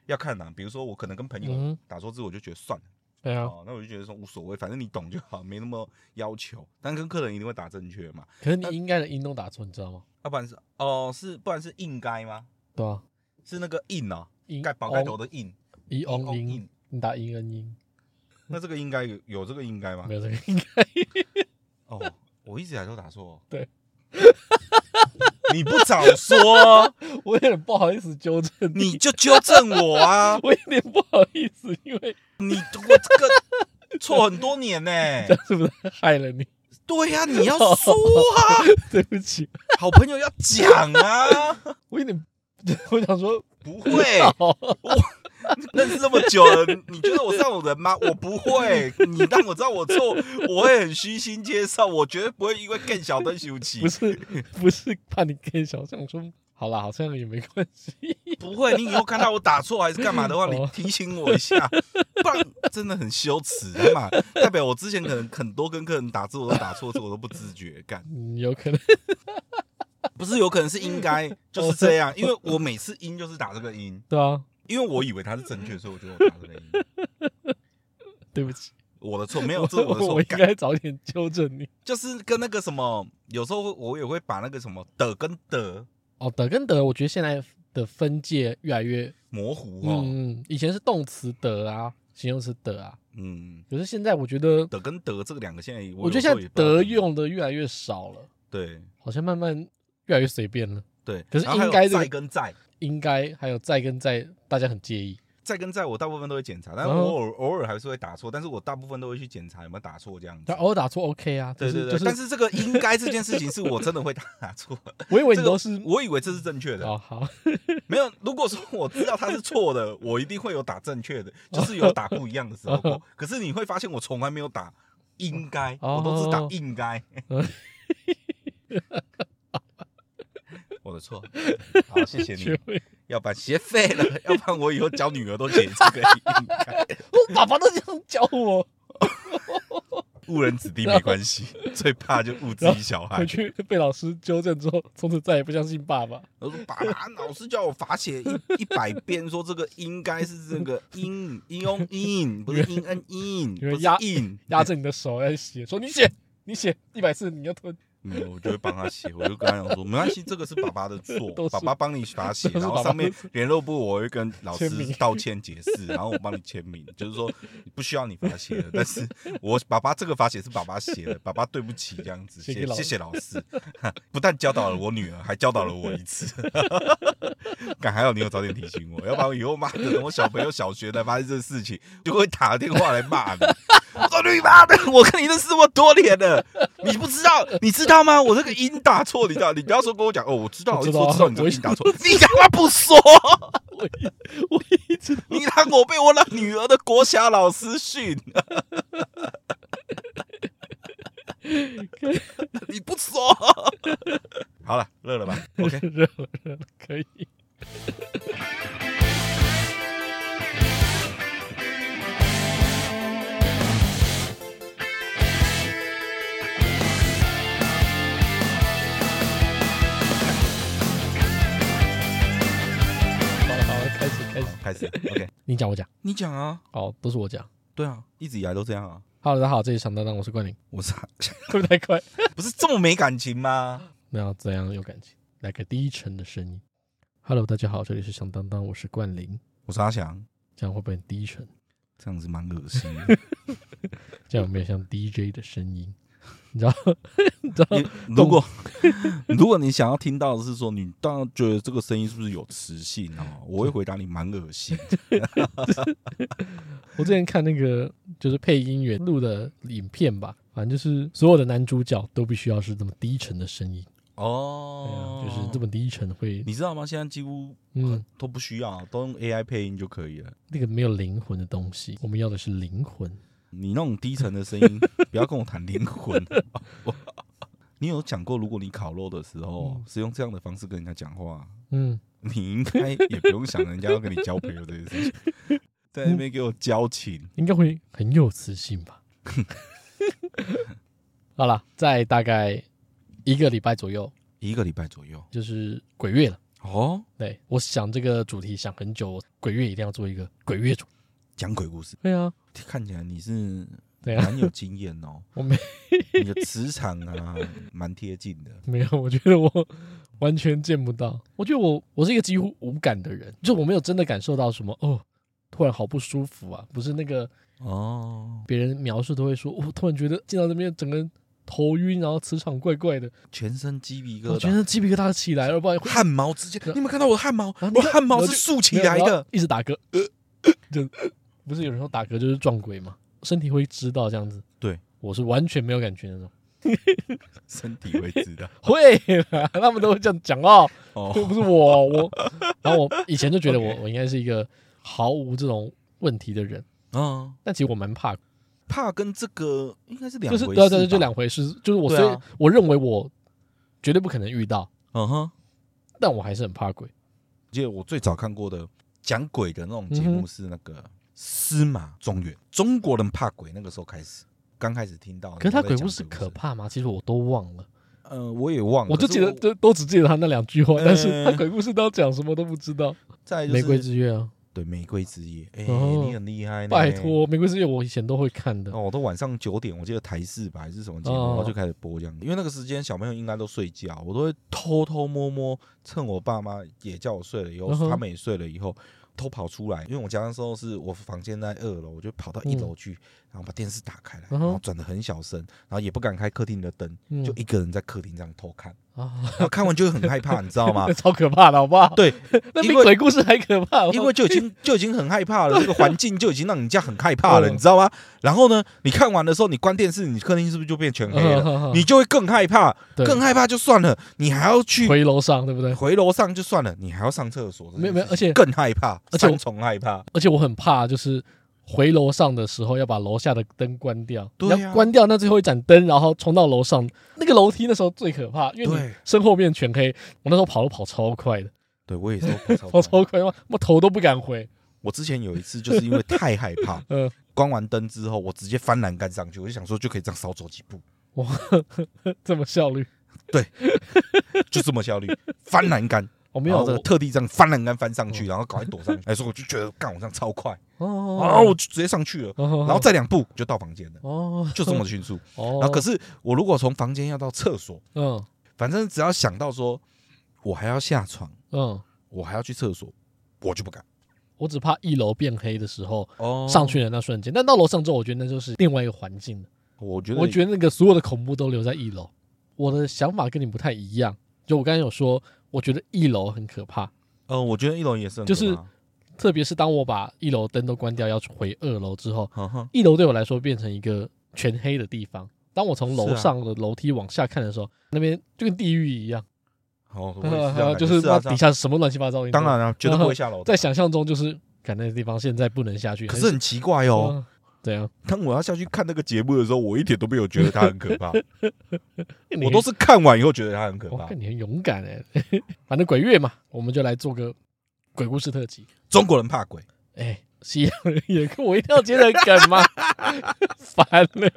要看比如说我可能跟朋友打错字，我就觉得算了。 对啊， 那我就觉得说无所谓，反正你懂就好，没那么要求。但跟客人一定会打正确嘛。 可是你应该的音都打错，你知道吗？ 要不然不然是应该吗？ 对啊， 是那个印宝盖头的印， 音，你打音跟音。 那这个应该有这个应该吗？ 没有这个应该。 我一直以来都打错。 对。 你不早说， 我有点不好意思纠正你就纠正我啊！ 我有点不好意思，因为我这个错很多年呢， 这样是不是害了你？ 对呀，你要说啊！ 对不起， 好朋友要讲啊！ 我有点，我想说不会，我认识这么久了，你觉得我是那种人吗？我不会，你让我知道我错，我会很虚心接受，我绝对不会因为更小灯羞气。 不是怕你更小，想说好啦，好像也没关系。 不会，你以后看到我打错还是干嘛的话，你提醒我一下，不然真的很羞耻嘛。代表我之前可能很多跟客人打字我都打错字，我都不自觉干。 有可能。 不是有可能是应该就是这样，因为我每次音就是打这个音。 对啊。 因为我以为它是正确，所以我就打这个音。 对不起， 我的错，没有，这是我的错。 我应该早点纠正你。 就是跟那个什么，有时候我也会把那个什么的跟的的跟的，我觉得现在的分界越来越模糊以前是动词的啊，形容词的啊，可是现在我觉得的跟的这个两个现在， 我觉得现在的用的越来越少了。 对， 好像慢慢越来越随便了。 对， 可是应该在跟在。 应该还有在跟在，大家很介意。 在跟在我大部分都会检查，但是我偶尔还是会打错，但是我大部分都会去检查有没有打错这样子。 偶尔打错 OK 啊， 对对对。但是这个应该这件事情是我真的会打错。 我以为你都是， 我以为这是正确的。 好， 没有。如果说我知道它是错的，我一定会有打正确的，就是有打不一样的时候。可是你会发现我从来没有打应该，我都是打应该。我的错，好，谢谢你。要不然学废了，要不然我以后教女儿都写这个应该。 我爸爸都这样教我。 误人子弟没关系，最怕就误自己小孩。 回去被老师纠正之后，从此再也不相信爸爸。 我说爸爸，老师叫我罚写100遍，说这个应该是这个音用音，不是音恩音，不是音压着你的手在写，说你写100次，你要吞。 我就会帮他写，我就跟他讲说，没关系，这个是爸爸的错，爸爸帮你罚写，然后上面联络簿我会跟老师道歉解释，然后我帮你签名，就是说不需要你罚写的，但是我爸爸这个罚写是爸爸写的，爸爸对不起这样子，谢谢老师，不但教导了我女儿，还教导了我一次，还好你有早点提醒我，要不然以后妈的等我小朋友小学才发现这事情，就会打电话来骂你。我说你妈的，我跟你认识这么多年了，你不知道，你知道吗？我这个音打错，你知道？你不要说跟我讲我知道，我知道你这个音打错，你干嘛不说？ 我一直你让我被我女儿的国小老师训，你不说。好了，热了吧 ？OK， 热了，可以。 开始 ，OK， 你讲我讲， 你讲啊， 都是我讲， 对啊，一直以来都这样啊。 Hello， 大家好，这里是想当当，我是冠霖， 我是会不会太快？ 不是这么没感情吗？ 没有怎样有感情，来个低沉的声音。Hello， 大家好，这里是想当当，我是冠霖， 我是阿翔， 这样会不会很低沉？ 这样子蛮恶心的， 这样有没有像 DJ 的声音？你知道如果你想要听到的是说，你当然觉得这个声音是不是有磁性我会回答你蛮恶心。 我之前看那个就是配音员录的影片吧，反正就是所有的男主角都必须要是这么低沉的声音就是这么低沉会。 你知道吗？现在几乎都不需要，都用 AI 配音就可以了。 那个没有灵魂的东西，我们要的是灵魂。 你那种低沉的声音，不要跟我谈灵魂。你有讲过，如果你烤肉的时候是用这样的方式跟人家讲话，你应该也不用想人家要跟你交朋友这件事情，在那边给我交情， 应该会很有磁性吧？好了，在大概1个礼拜左右， 就是鬼月了哦， 对，我想这个主题想很久，鬼月一定要做一个鬼月主， 讲鬼故事。 对啊， 看起来你是对啊， 蛮有经验哦。 我没， 你的磁场啊，蛮贴近的。 没有，我觉得我完全见不到。我觉得我是一个几乎无感的人，就我没有真的感受到什么哦，突然好不舒服啊，不是那个哦，别人描述都会说，我突然觉得进到这边整个人头晕，然后磁场怪怪的， 全身鸡皮疙瘩， 全身鸡皮疙瘩起来了，不然汗毛直接，你有没有看到我的汗毛？我的汗毛是竖起来的， 一直打嗝，就不是有人说打嗝就是撞鬼吗？身体会知道这样子。 对， 我是完全没有感觉那种。 身体会知道， 会啦，他们都会这样讲哦。不是我，然后我以前就觉得我应该是一个毫无这种问题的人，但其实我蛮怕跟这个应该是两回事， 对，就两回事。就是我，所以我认为我绝对不可能遇到，但我还是很怕鬼。 记得我最早看过的讲鬼的那种节目是那个司马中原，中国人怕鬼，那个时候刚开始听到。 可是他鬼故事可怕吗？其实我都忘了。 我也忘了， 我就记得都只记得他那2句话，但是他鬼故事都讲什么都不知道。 再玫瑰之夜啊。 对，玫瑰之夜，你很厉害呢。 拜托，玫瑰之夜我以前都会看的。 我都晚上9点，我记得台视吧还是什么节目，然后就开始播这样。因为那个时间小朋友应该都睡觉，我都会偷偷摸摸，趁我爸妈也叫我睡了以后，他们也睡了以后，偷跑出来。因为我家那时候是我房间在2楼，我就跑到1楼去，然后把电视打开来，然后转得很小声，然后也不敢开客厅的灯，就一个人在客厅这样偷看。然后看完就会很害怕，你知道吗？ 超可怕的，好不好？ 对， 那比鬼故事还可怕。 因为就已经很害怕了，这个环境就已经让你家很害怕了，你知道吗？然后呢，你看完的时候，你关电视，你客厅是不是就变全黑了？你就会更害怕，更害怕就算了，你还要去回楼上，对不对？ 回楼上就算了，你还要上厕所， 没有，而且更害怕，3重害怕。 而且我很怕，就是回楼上的时候要把楼下的灯关掉， 对啊， 要关掉那最后一盏灯，然后冲到楼上。那个楼梯那时候最可怕，因为你身后面全黑。我那时候跑超快的， 对我也是跑超快，我头都不敢回。 我之前有一次就是因为太害怕，关完灯之后，我直接翻栏杆上去，我就想说就可以这样少走几步。 哇，这么效率？ 对，就这么效率，翻栏杆。 我没有这个特地这样翻栏杆翻上去，然后赶快躲上去。所以我就觉得干我这样超快，然后我就直接上去了，然后再2步就到房间了，就这么迅速。然后可是我如果从房间要到厕所，反正只要想到说我还要下床，我还要去厕所，我就不敢。 我只怕1楼变黑的时候，上去的那瞬间。但到楼上之后，我觉得那就是另外一个环境了。我觉得那个所有的恐怖都留在1楼。我的想法跟你不太一样，就我刚才有说。我觉得1楼很可怕。 我觉得1楼也是很可怕。 就是特别是当我把1楼灯都关掉，要回2楼之后，1楼对我来说变成一个全黑的地方。当我从楼上的楼梯往下看的时候，那边就跟地狱一样。就是底下什么乱七八糟。 当然了，绝对不会下楼。 在想象中就是看那个地方现在不能下去。 可是很奇怪哦。 怎样？ 当我要下去看那个节目的时候，我一点都没有觉得它很可怕。我都是看完以后觉得它很可怕。 你很勇敢反正鬼月嘛，我们就来做个鬼故事特辑。 中国人怕鬼， 西洋人也跟我一定要接着梗吗？烦了。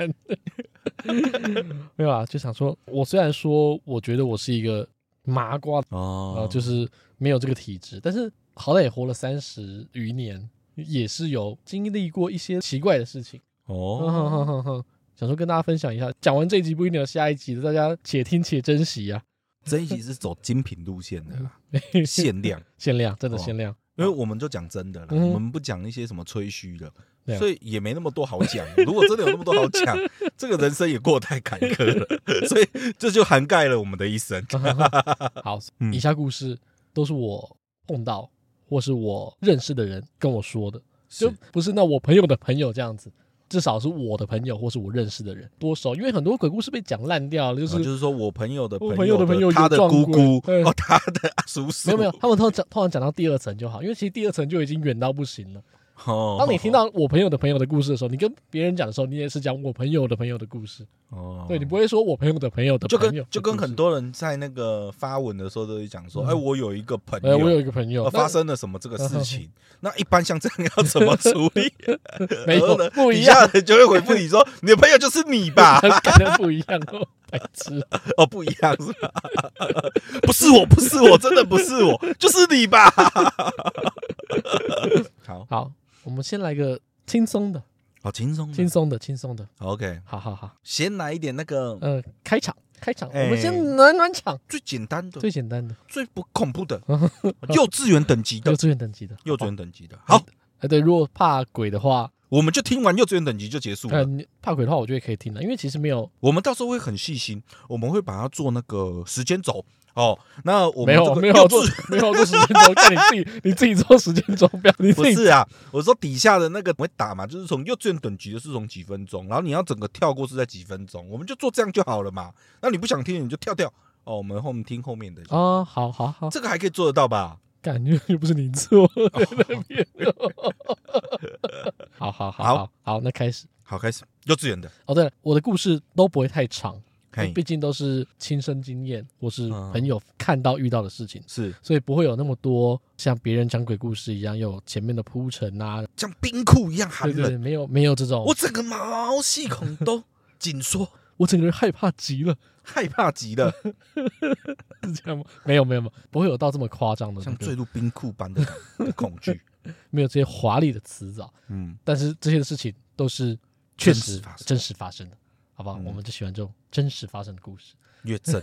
没有啊，就想说，我虽然说我觉得我是一个麻瓜就是没有这个体质，但是好歹也活了30余年。也是有经历过一些奇怪的事情想说跟大家分享一下。讲完这一集不一定有下一集的，大家且听且珍惜啊。 这一集是走精品路线的啦，限量， 真的限量。 因为我们就讲真的啦，我们不讲一些什么吹嘘的，所以也没那么多好讲。如果真的有那么多好讲，这个人生也过得太坎坷了，所以这就涵盖了我们的一生。 好，以下故事都是我碰到或是我认识的人跟我说的，就不是那我朋友的朋友这样子，至少是我的朋友或是我认识的人多熟。因为很多鬼故事被讲烂掉了，就是说我朋友的朋友他的姑姑他的叔叔， 没有，他们通常讲到第2层就好，因为其实第2层就已经远到不行了。 当你听到我朋友的朋友的故事的时候，你跟别人讲的时候，你也是讲我朋友的朋友的故事。对，你不会说我朋友的朋友的朋友， 就跟很多人在那个发文的时候都会讲说，我有一个朋友， 我有一个朋友发生了什么这个事情，那一般像这样要怎么处理？ 没有不一样， 人就会回复你说，你的朋友就是你吧？ 可能不一样哦，白痴不一样是吧？不是我，真的不是我，就是你吧？ 好，我们先来个轻松的。轻松的 OK， 好， 先来一点那个开场，我们先暖场， 最简单的，最不恐怖的，幼稚园等级的，好， 对，如果怕鬼的话， 我们就听完幼稚园等级就结束了。 怕鬼的话，我觉得可以听了，因为其实没有， 我们到时候会很细心，我们会把它做那个时间轴。那我们没有做时间轴，看你自己做时间轴表。 不是啊，我说底下的那个会打嘛，就是从幼稚园等级的是从几分钟，然后你要整个跳过是在几分钟，我们就做这样就好了嘛。那你不想听你就跳掉我们后面听后面的好， 这个还可以做得到吧？ 感觉又不是你做在那边。好，那开始幼稚园的。 对了，我的故事都不会太长。毕竟都是亲身经验或是朋友看到遇到的事情， 是， 所以不会有那么多像别人讲鬼故事一样有前面的铺陈啊， 像冰库一样寒冷。 对，没有这种， 我整个毛细孔都紧缩， 我整个人害怕极了， 是这样吗？没有，不会有到这么夸张的， 像坠入冰库般的恐惧， 没有这些华丽的辞藻，但是这些事情都是确实真实发生的。好不好？我们就喜欢这种真实发生的故事， 越真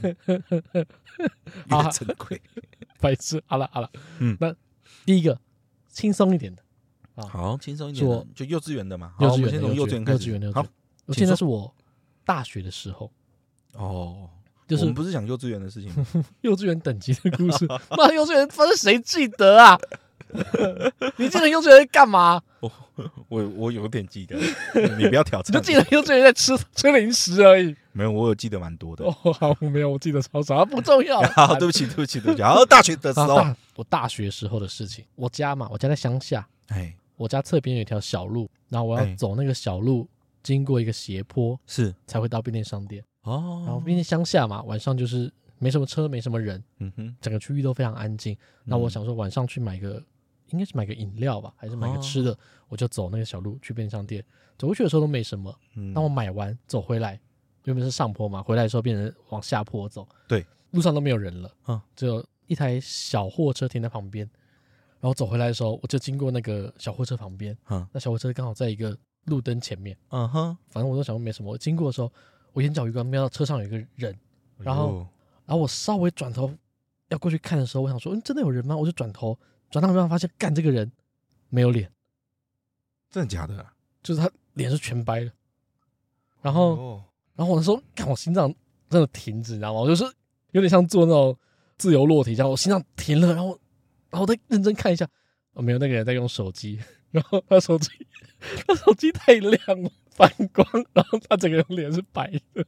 贵。 白痴，好了，那第一个轻松一点的， 好，轻松一点的，就幼稚园的嘛。 我们先从幼稚园开始。好， 我记得是我大学的时候。就是我们不是讲幼稚园的事情吗？ 幼稚园等级的故事，妈，幼稚园发生谁记得啊？你记得幼稚园在干嘛？ 我有点记得，你不要挑战。 你就记得幼稚园在吃零食而已。 没有，我有记得蛮多的。 好，没有，我记得超少，不重要。 好，对不起。好，大学的时候， 我大学时候的事情。我家在乡下，我家侧边有一条小路，然后我要走那个小路，经过一个斜坡，是才会到便利商店。然后毕竟乡下嘛，晚上就是没什么车，没什么人，整个区域都非常安静。那我想说晚上去应该是买个饮料吧，还是买个吃的，我就走那个小路去便利商店。走过去的时候都没什么，当我买完走回来，原本是上坡嘛，回来的时候变成往下坡走，对，路上都没有人了，只有一台小货车停在旁边。然后走回来的时候，我就经过那个小货车旁边，那小货车刚好在一个路灯前面，反正我都想说没什么。我经过的时候，我眼角余光瞄到车上有一个人，然后我稍微转头要过去看的时候，我想说，真的有人吗？我就转头转到地方，发现干这个人没有脸， 真的假的？ 就是他脸是全白的。然后我那时候看我心脏真的停止，你知道吗？我就是有点像做那种自由落体这样，我心脏停了，然后我再认真看一下，没有，那个人在用手机，然后他手机太亮了，反光，然后他整个人脸是白的。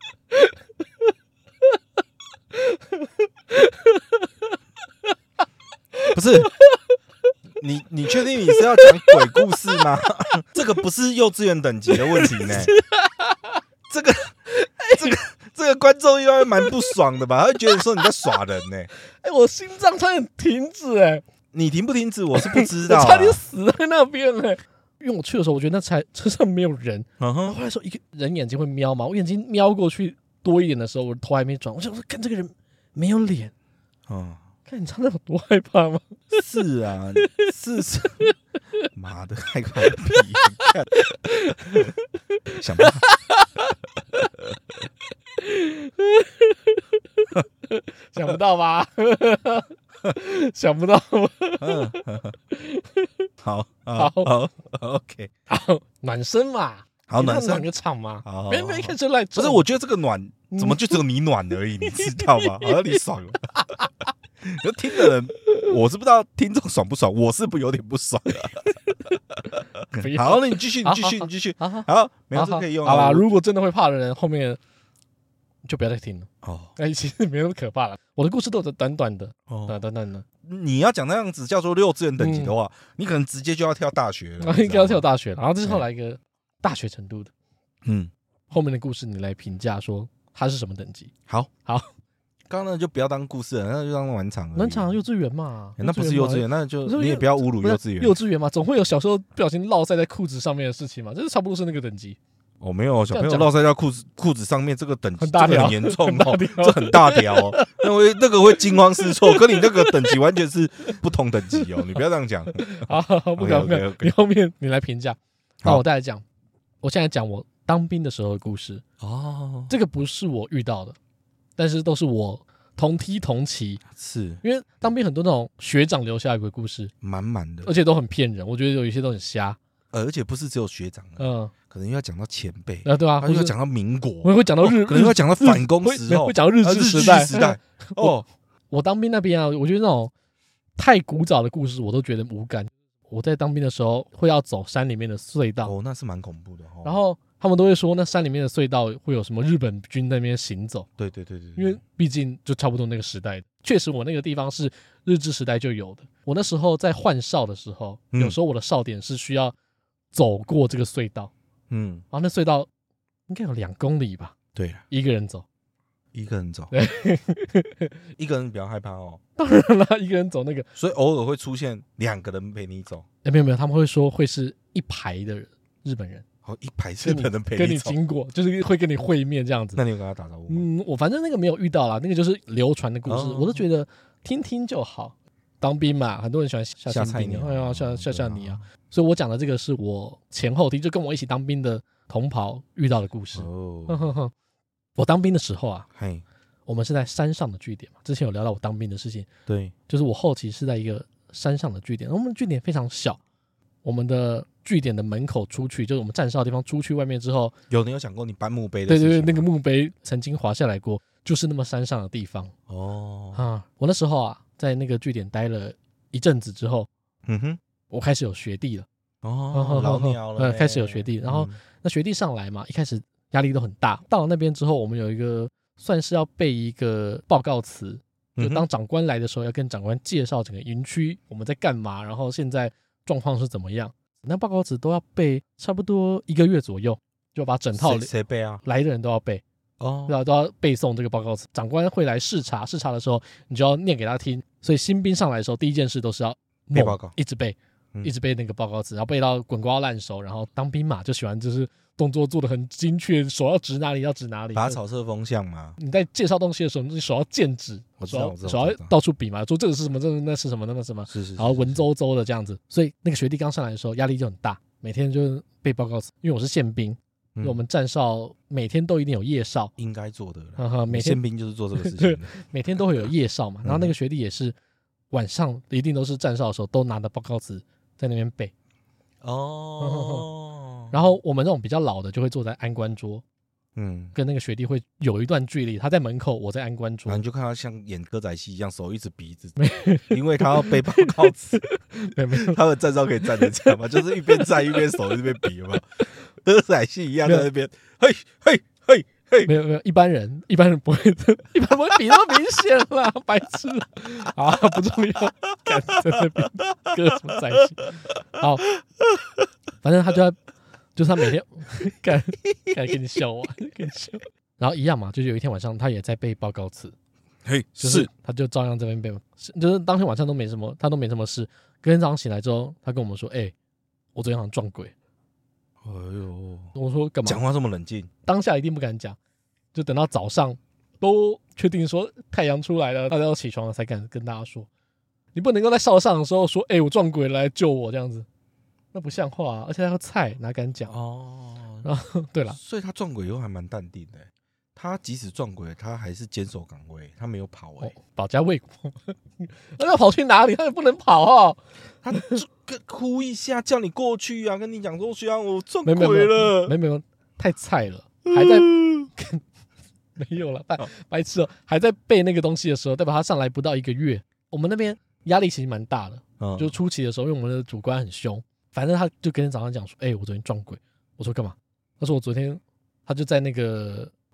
不是你确定你是要讲鬼故事吗？这个不是幼稚园等级的问题呢。这个观众应该蛮不爽的吧？他会觉得说你在耍人呢。 我心脏差点停止你停不停止我是不知道， 我差点死在那边因为我去的时候，我觉得那车上没有人。后来说一个人眼睛会瞄嘛，我眼睛瞄过去多一点的时候，我头还没转，我想说看这个人没有脸。看你知道那有多害怕吗？ 是啊，是，妈的，害怕个屁！想办法， 想不到吧？想不到吗？ 好 ，OK， 好，暖身嘛， 好暖身， 暖个场嘛，没一开始来， 不是，我觉得这个暖怎么就只有你暖而已，你知道吗？好像你爽了。就听的人，我是不知道听众爽不爽，我是不有点不爽。好，那你继续。好，没有这可以用。 好啦，如果真的会怕的人，后面就不要再听了。其实没那么可怕了。我的故事都是短短的，短短的。 你要讲那样子叫做幼稚园等级的话，你可能直接就要跳大学了， 应该要跳大学了。然后这是后来一个大学程度的，后面的故事你来评价说它是什么等级？好， 刚刚那就不要当故事了，那就当暖场而已。 暖场幼稚园嘛， 那不是幼稚园，那就你也不要侮辱幼稚园。 幼稚园嘛，总会有小时候不小心落塞在裤子上面的事情嘛，这是差不多是那个等级。 没有小朋友落塞在裤子上面，这个等级很大条， 很严重哦，这很大条哦，那个会惊慌失措，跟你那个等级完全是不同等级哦，你不要这样讲。 好，不敢，你后面你来评价。那我再来讲，我现在讲我当兵的时候的故事。这个不是我遇到的，但是都是我同梯同期，是因为当兵很多那种学长留下来的故事， 满满的， 而且都很骗人。我觉得有一些都很瞎， 而且不是只有学长，可能要讲到前辈， 对吧？ 他又要讲到民国， 我会讲到可能要讲到反攻时候， 会讲到日治时代。我当兵那边啊，我觉得那种太古早的故事我都觉得无感。我在当兵的时候会要走山里面的隧道， 那是蛮恐怖的。 然后他们都会说，那山里面的隧道会有什么日本军在那边行走。 对， 因为毕竟就差不多那个时代，确实我那个地方是日治时代就有的。我那时候在换哨的时候，有时候我的哨点是需要走过这个隧道，然后那隧道应该有2公里吧？对，一个人走， 对，一个人比较害怕哦。 当然了，一个人走那个， 所以偶尔会出现2个人陪你走。 没有，他们会说会是一排的日本人。 一排日本人陪你走， 跟你经过，就是会跟你会面这样子。 那你有跟他打招呼吗？ 我反正那个没有遇到啦，那个就是流传的故事，我都觉得听听就好。当兵嘛，很多人喜欢吓菜鸟，吓你啊。所以我讲的这个是我前后梯，就跟我一起当兵的同袍遇到的故事。我当兵的时候啊，我们是在山上的据点嘛，之前有聊到我当兵的事情。对，就是我后期是在一个山上的据点，我们据点非常小，我们的据点的门口出去，就是我们站哨的地方，出去外面之后，你有讲过你搬墓碑的事情？对，那个墓碑曾经滑下来过，就是那么山上的地方。我那时候啊，在那个据点待了一阵子之后，我开始有学弟了。老鸟了，开始有学弟，然后那学弟上来嘛，一开始压力都很大。到了那边之后，我们有一个算是要背一个报告词，就当长官来的时候，要跟长官介绍整个营区我们在干嘛，然后现在状况是怎么样。那报告词都要背差不多1个月左右，就把整套谁背啊？来的人都要背都要背诵这个报告词。长官会来视察的时候，你就要念给他听。所以新兵上来的时候，第一件事都是要背报告，一直背那个报告词，然后背到滚瓜烂熟。然后当兵嘛，就喜欢就是动作做得很精确，手要指哪里要指哪里， 打草测风向嘛。你在介绍东西的时候，你手要剑指，手要到处比嘛，说这个是什么，这个那是什么，那个什么，然后文绉绉的这样子。所以那个学弟刚上来的时候压力就很大，每天就背报告词。因为我是宪兵，因为我们站哨每天都一定有夜哨，应该做的了。每天宪兵就是做这个事情，每天都会有夜哨嘛。然后那个学弟也是晚上一定都是站哨的时候都拿着报告词在那边背。然后我们这种比较老的就会坐在安官桌，跟那个学弟会有一段距离，他在门口，我在安官桌，然后你就看他像演歌仔戏一样，手一直比着，因为他要背报告词，他的站哨可以站得这样嘛，就是一边站一边手一边比嘛，歌仔戏一样在那边，嘿嘿嘿嘿，没有，一般人不会比那么明显啦，白痴啊，不重要，敢在那边歌什么仔戏，好，反正他就是他每天敢跟你笑啊，跟你笑。然后一样嘛，就是有一天晚上他也在背报告词，就是他就照样这边背嘛，就是当天晚上都没什么，他都没什么事。隔天早上醒来之后，他跟我们说：“我昨天好像撞鬼。”哎呦，我说干嘛？讲话这么冷静，当下一定不敢讲，就等到早上都确定说太阳出来了，大家都起床了才敢跟大家说。你不能够在哨上的时候说：“我撞鬼了，来救我。”这样子。那不像话啊！而且他要菜，哪敢讲然后对了，所以他撞鬼以后还蛮淡定的。他即使撞鬼，他还是坚守岗位，他没有跑保家卫国。那要跑去哪里？他也不能跑啊！他哭一下，叫你过去啊，跟你讲说：“学长，我撞鬼了。”没有，太菜了，还在没有了，白痴哦！还在背那个东西的时候，代表他上来不到1个月。我们那边压力其实蛮大的，就初期的时候，因为我们的主官很凶。反正他就跟早上讲说：“我昨天撞鬼。”我说干嘛？他说我昨天，他就在那个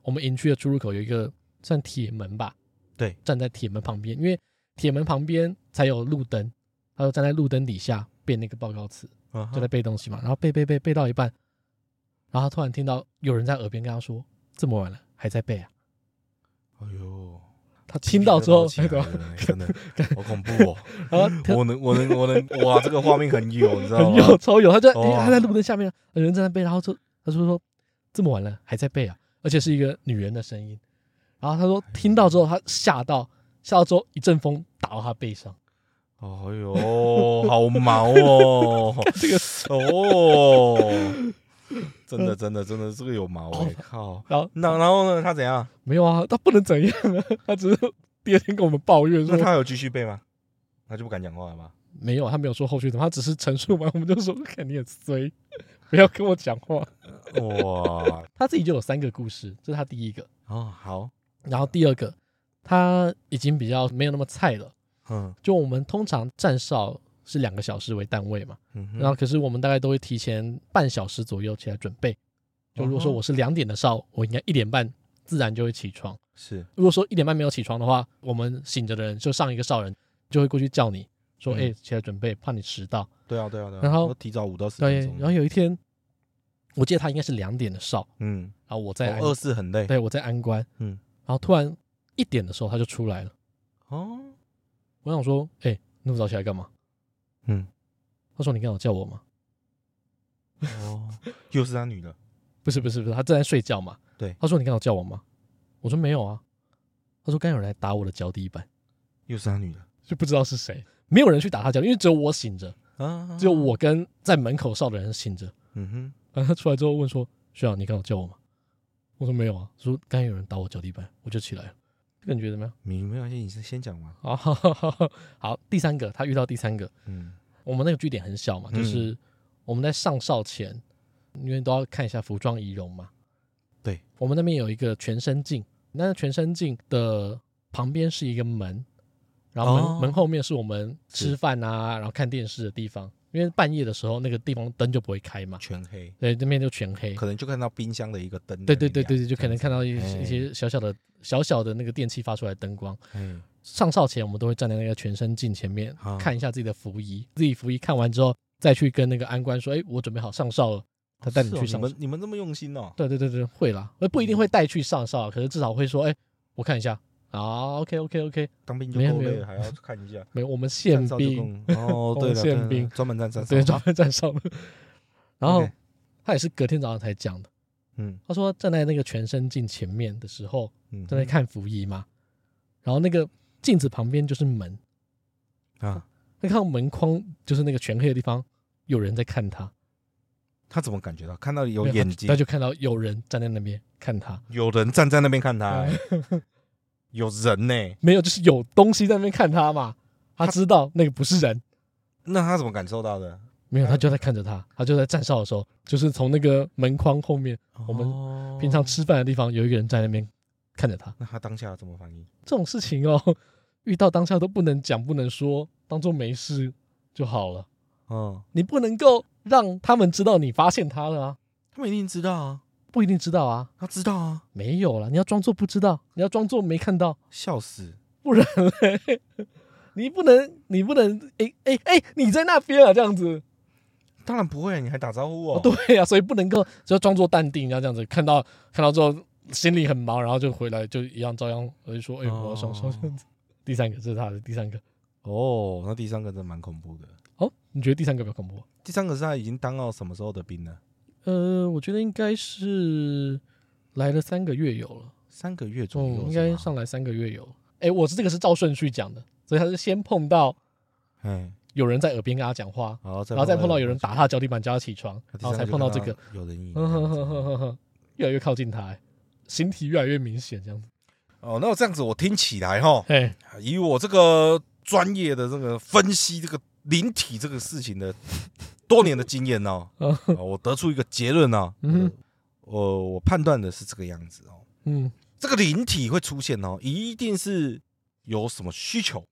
我们营区的出入口有一个算铁门吧， 对， 站在铁门旁边，因为铁门旁边才有路灯，他就站在路灯底下背那个报告词，就在背东西嘛，然后背到一半，然后他突然听到有人在耳边跟他说：“这么晚了还在背啊？”哎呦！他听到之后， 真的好恐怖哦！我能，哇，这个画面很有，你知道吗？ 很有，超有。他在路灯下面，有人正在背，然后他说这么晚了还在背啊，而且是一个女人的声音。然后他说听到之后，他吓到之后一阵风打到他背上。 哎呦，好毛哦！这个哦，真的，这个有毛哎！靠，然后呢？他怎样？ 没有啊，他不能怎样啊，他只是第二天跟我们抱怨说。 那他有继续背吗？他就不敢讲话了吗？ 没有，他没有说后续怎么，他只是陈述完，我们就说看你很衰，不要跟我讲话。哇，他自己就有3个故事，这是他第一个。 哦，好。 然后第二个，他已经比较没有那么菜了。就我们通常站哨是2个小时为单位嘛，然后可是我们大概都会提前半小时左右起来准备。就如果说我是2点的哨，我应该1点半自然就会起床。 是， 如果说1点半没有起床的话，我们醒着的人就上一个哨人就会过去叫你说：“起来准备，怕你迟到。” 对啊。 然后提早5到10分钟。 然后有一天，我记得他应该是2点的哨，然后我在 24很累， 对，我在安官，然后突然1点的时候他就出来了。哦。我想说，那么早起来干嘛？他说：“你刚好叫我吗？” 哦，又是他女的？ 不是，他正在睡觉嘛。 对， 他说：“你刚好叫我吗？”我说：“没有啊。”他说：“刚有人来打我的脚底板。” 又是他女的， 就不知道是谁，没有人去打他脚，因为只有我醒着，只有我跟在门口哨的人醒着。然后他出来之后问说：“学长，你刚好叫我吗？”我说：“没有啊。”说：“刚有人打我脚底板，我就起来了。”这个你觉得怎么样？ 没关系，你先讲嘛。 好，第3个，他遇到第3个，我们那个据点很小嘛，就是我们在上哨前，因为都要看一下服装仪容嘛。 对， 我们那边有一个全身镜，那全身镜的旁边是一个门，然后门后面是我们吃饭啊，然后看电视的地方。因为半夜的时候，那个地方灯就不会开嘛， 全黑。 对，那边就全黑， 可能就看到冰箱的一个灯。 对，就可能看到一些小小的那个电器发出来的灯光。上哨前，我们都会站在那个全身镜前面，看一下自己的服仪，自己服仪看完之后，再去跟那个安官说：“我准备好上哨了。”他带你去上哨。 你们这么用心哦？ 对，会啦，不一定会带去上哨，可是至少会说：“我看一下。”啊 ，OK， 当兵就够累了，还要看一下。 没有，我们宪兵哦，对了， 宪兵专门站哨， 对，专门站哨的。然后他也是隔天早上才讲的。他说站在那个全身镜前面的时候，正在看服仪嘛，然后那个镜子旁边就是门啊，他看到门框就是那个全黑的地方，有人在看他。 他怎么感觉到？看到有眼睛， 他就看到有人站在那边看他， 有人站在那边看他。有人呢？ 没有，就是有东西在那边看他嘛。他知道那个不是人， 那他怎么感受到的？ 没有，他就在看着他，他就在站哨的时候，就是从那个门框后面，我们平常吃饭的地方有一个人在那边看着他。 那他当下怎么反应？ 这种事情哦，遇到当下都不能讲，不能说，当做没事就好了。你不能够让他们知道你发现他了啊。 他们一定知道啊。 不一定知道啊， 他知道啊， 没有啦，你要装作不知道，你要装作没看到， 笑死， 不然嘞，你不能，你在那边啊，这样子， 当然不会，你还打招呼哦， 对啊，所以不能够，就要装作淡定，要这样子，看到之后心里很忙，然后就回来就一样照样，我就说，我要上哨这样子。第3个，这是他的第3个。 哦，那第3个真的蛮恐怖的。 哦，你觉得第3个比较恐怖？ 第3个是他已经当到什么时候的兵了？ 我觉得应该是来了3个月有了 ，3个月左右， 应该上来3个月有了。我这个是照顺序讲的，所以他是先碰到，有人在耳边跟他讲话，然后再碰到有人打他的脚底板叫他起床，然后才碰到这个有人影， 越来越靠近他，形体越来越明显这样子。 哦，那我这样子我听起来以我这个专业的这个分析这个灵体这个事情的多年的经验哦，我得出一个结论哦，我判断的是这个样子哦，这个灵体会出现哦，一定是有什么需求，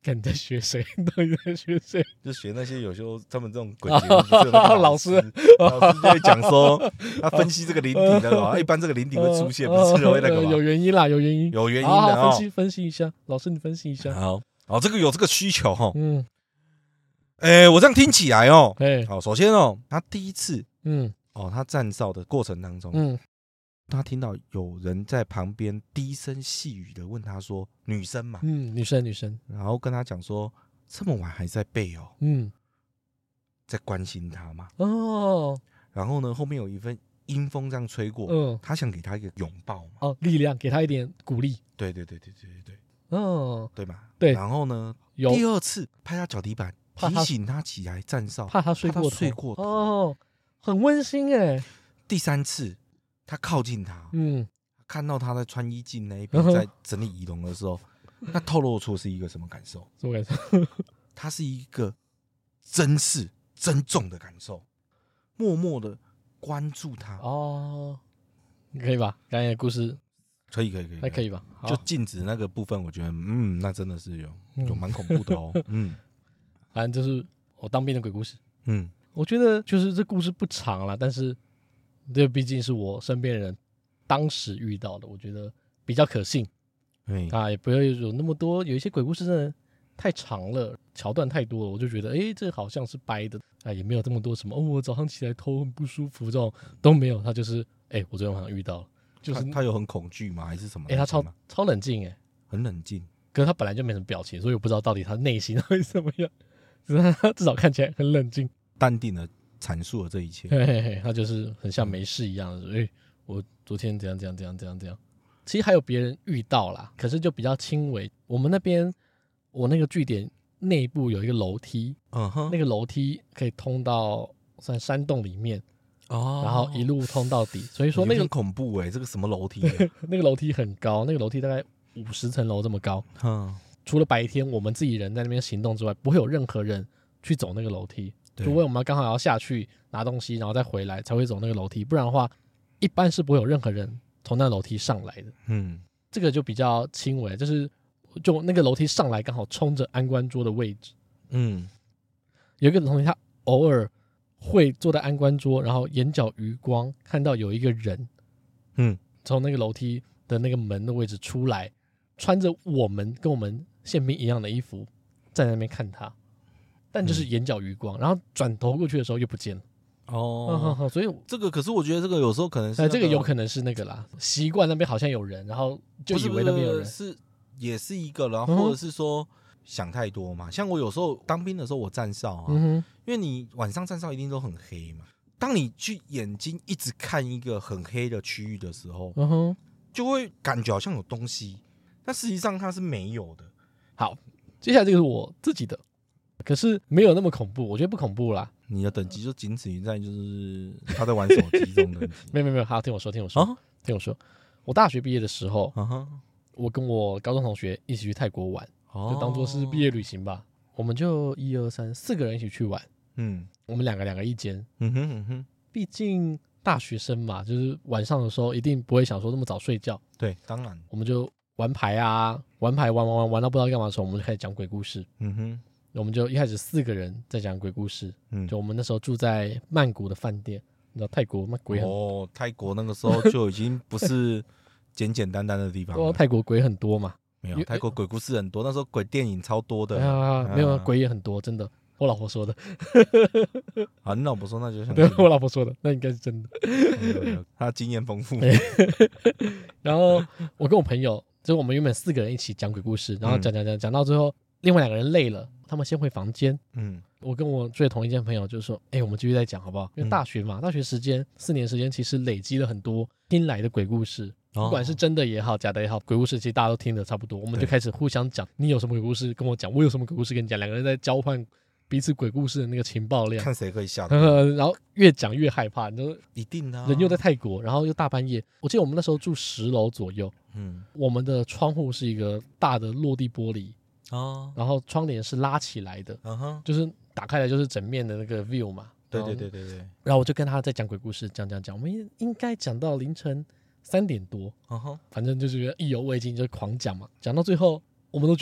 看你在学谁？到底在学谁？ 就学那些有时候他们这种鬼节目，那个老师就会讲说，他分析这个灵体的，一般这个灵体会出现，不是会那个吗？ 有原因啦，有原因的。好，分析一下，老师你分析一下。 好，这个有这个需求哈。 我这样听起来好，首先他第一次他站哨的过程当中，他听到有人在旁边低声细语的问他说：“女生嘛， 女生， 然后跟他讲说这么晚还在背在关心他嘛。然后呢，后面有一份阴风这样吹过，他想给他一个拥抱嘛， 力量，给他一点鼓励。 对，对嘛， 对。 然后呢，第二次拍他脚底板，提醒他起来站哨， 怕他睡过头。很温馨哎。 第三次。他靠近他，看到他在穿衣镜那一边在整理仪容的时候，那透露出是一个什么感受？ 什么感受？ 他是一个珍视、珍重的感受，默默的关注他。 可以吧？刚才的故事可以， 还可以吧？ 就镜子那个部分，我觉得，那真的是有蛮恐怖的哦。 反正就是我当兵的鬼故事。我觉得就是这故事不长啦，但是。这毕竟是我身边的人当时遇到的，我觉得比较可信。也不会有那么多，有一些鬼故事真的太长了，桥段太多了，我就觉得这好像是掰的。也没有这么多什么我早上起来头很不舒服这种都没有。他就是我昨天晚上遇到了，就是他有很恐惧吗？还是什么？ 他超冷静很冷静。 可是他本来就没什么表情，所以我不知道到底他内心会怎么样。只是他至少看起来很冷静， 淡定的阐述了这一切。 他就是很像没事一样的。我昨天怎样。其实还有别人遇到啦，可是就比较轻微。我们那边我那个据点内部有一个楼梯，那个楼梯可以通到算山洞里面，然后一路通到底。所以说那个很恐怖这个什么楼梯？ 那个楼梯很高，那个楼梯大概50层楼这么高。除了白天我们自己人在那边行动之外，不会有任何人去走那个楼梯。除非我们刚好要下去拿东西，然后再回来才会走那个楼梯，不然的话，一般是不会有任何人从那个楼梯上来的。这个就比较轻微，就那个楼梯上来刚好冲着安官桌的位置。有一个同学他偶尔会坐在安官桌，然后眼角余光看到有一个人，从那个楼梯的那个门的位置出来，穿着跟我们宪兵一样的衣服，在那边看他。但就是眼角余光，然后转头过去的时候又不见了。所以这个可是我觉得这个有时候可能是这个有可能是那个啦，习惯那边好像有人，然后就以为那边有人， 也是一个，然后或者是说想太多嘛。像我有时候当兵的时候，我站哨因为你晚上站哨一定都很黑嘛。当你去眼睛一直看一个很黑的区域的时候，就会感觉好像有东西，但实际上它是没有的。 好，接下来这个是我自己的。可是没有那么恐怖，我觉得不恐怖啦。 你的等级就仅此于在就是他在玩手机这种等级。 没有，好，听我说。我大学毕业的时候，我跟我高中同学一起去泰国玩，就当做是毕业旅行吧。我们就1、2、3 4个人一起去玩。我们两个一间。毕竟大学生嘛，就是晚上的时候一定不会想说那么早睡觉。 对，当然。 我们就玩牌玩到不知道干嘛的时候，我们就开始讲鬼故事。我们就一开始4个人在讲鬼故事。就我们那时候住在曼谷的饭店，你知道泰国鬼很多。 泰国那个时候就已经不是简简单单的地方了。 泰国鬼很多嘛。 没有，泰国鬼故事很多，那时候鬼电影超多的。 没有，鬼也很多，真的。我老婆说的。 你老婆说那就像。 对，我老婆说的，那应该是真的。 她经验丰富。 然后我跟我朋友，就是我们原本4个人一起讲鬼故事，然后讲到最后，另外2个人累了，他们先回房间。我跟我睡同一间朋友就说：“我们继续再讲好不好？因为大学嘛，大学时间4年时间，其实累积了很多听来的鬼故事，不管是真的也好，假的也好，鬼故事其实大家都听得差不多。我们就开始互相讲，你有什么鬼故事跟我讲，我有什么鬼故事跟你讲，2个人在交换彼此鬼故事的那个情报量， 看谁可以吓。 然后越讲越害怕，你就一定的。 人又在泰国，然后又大半夜，我记得我们那时候住10楼左右。我们的窗户是一个大的落地玻璃。然后窗帘是拉起来的。就是打开来就是整面的那个 view 嘛。 对。 然后我就跟他在讲鬼故事，讲，我们应该讲到凌晨3点多。反正就是意犹未尽，就狂讲嘛。讲到最后，我们都觉得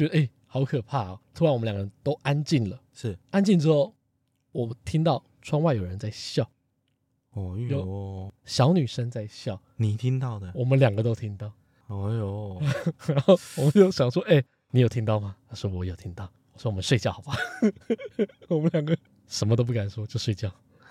好可怕哦！突然我们两个人都安静了， 是安静之后，我听到窗外有人在笑， 哦哟， 小女生在笑， 你听到的， 我们两个都听到。 哦哟， 然后我们就想说，你有听到吗？他说我有听到。我说我们睡觉好吧。我们两个什么都不敢说，就睡觉。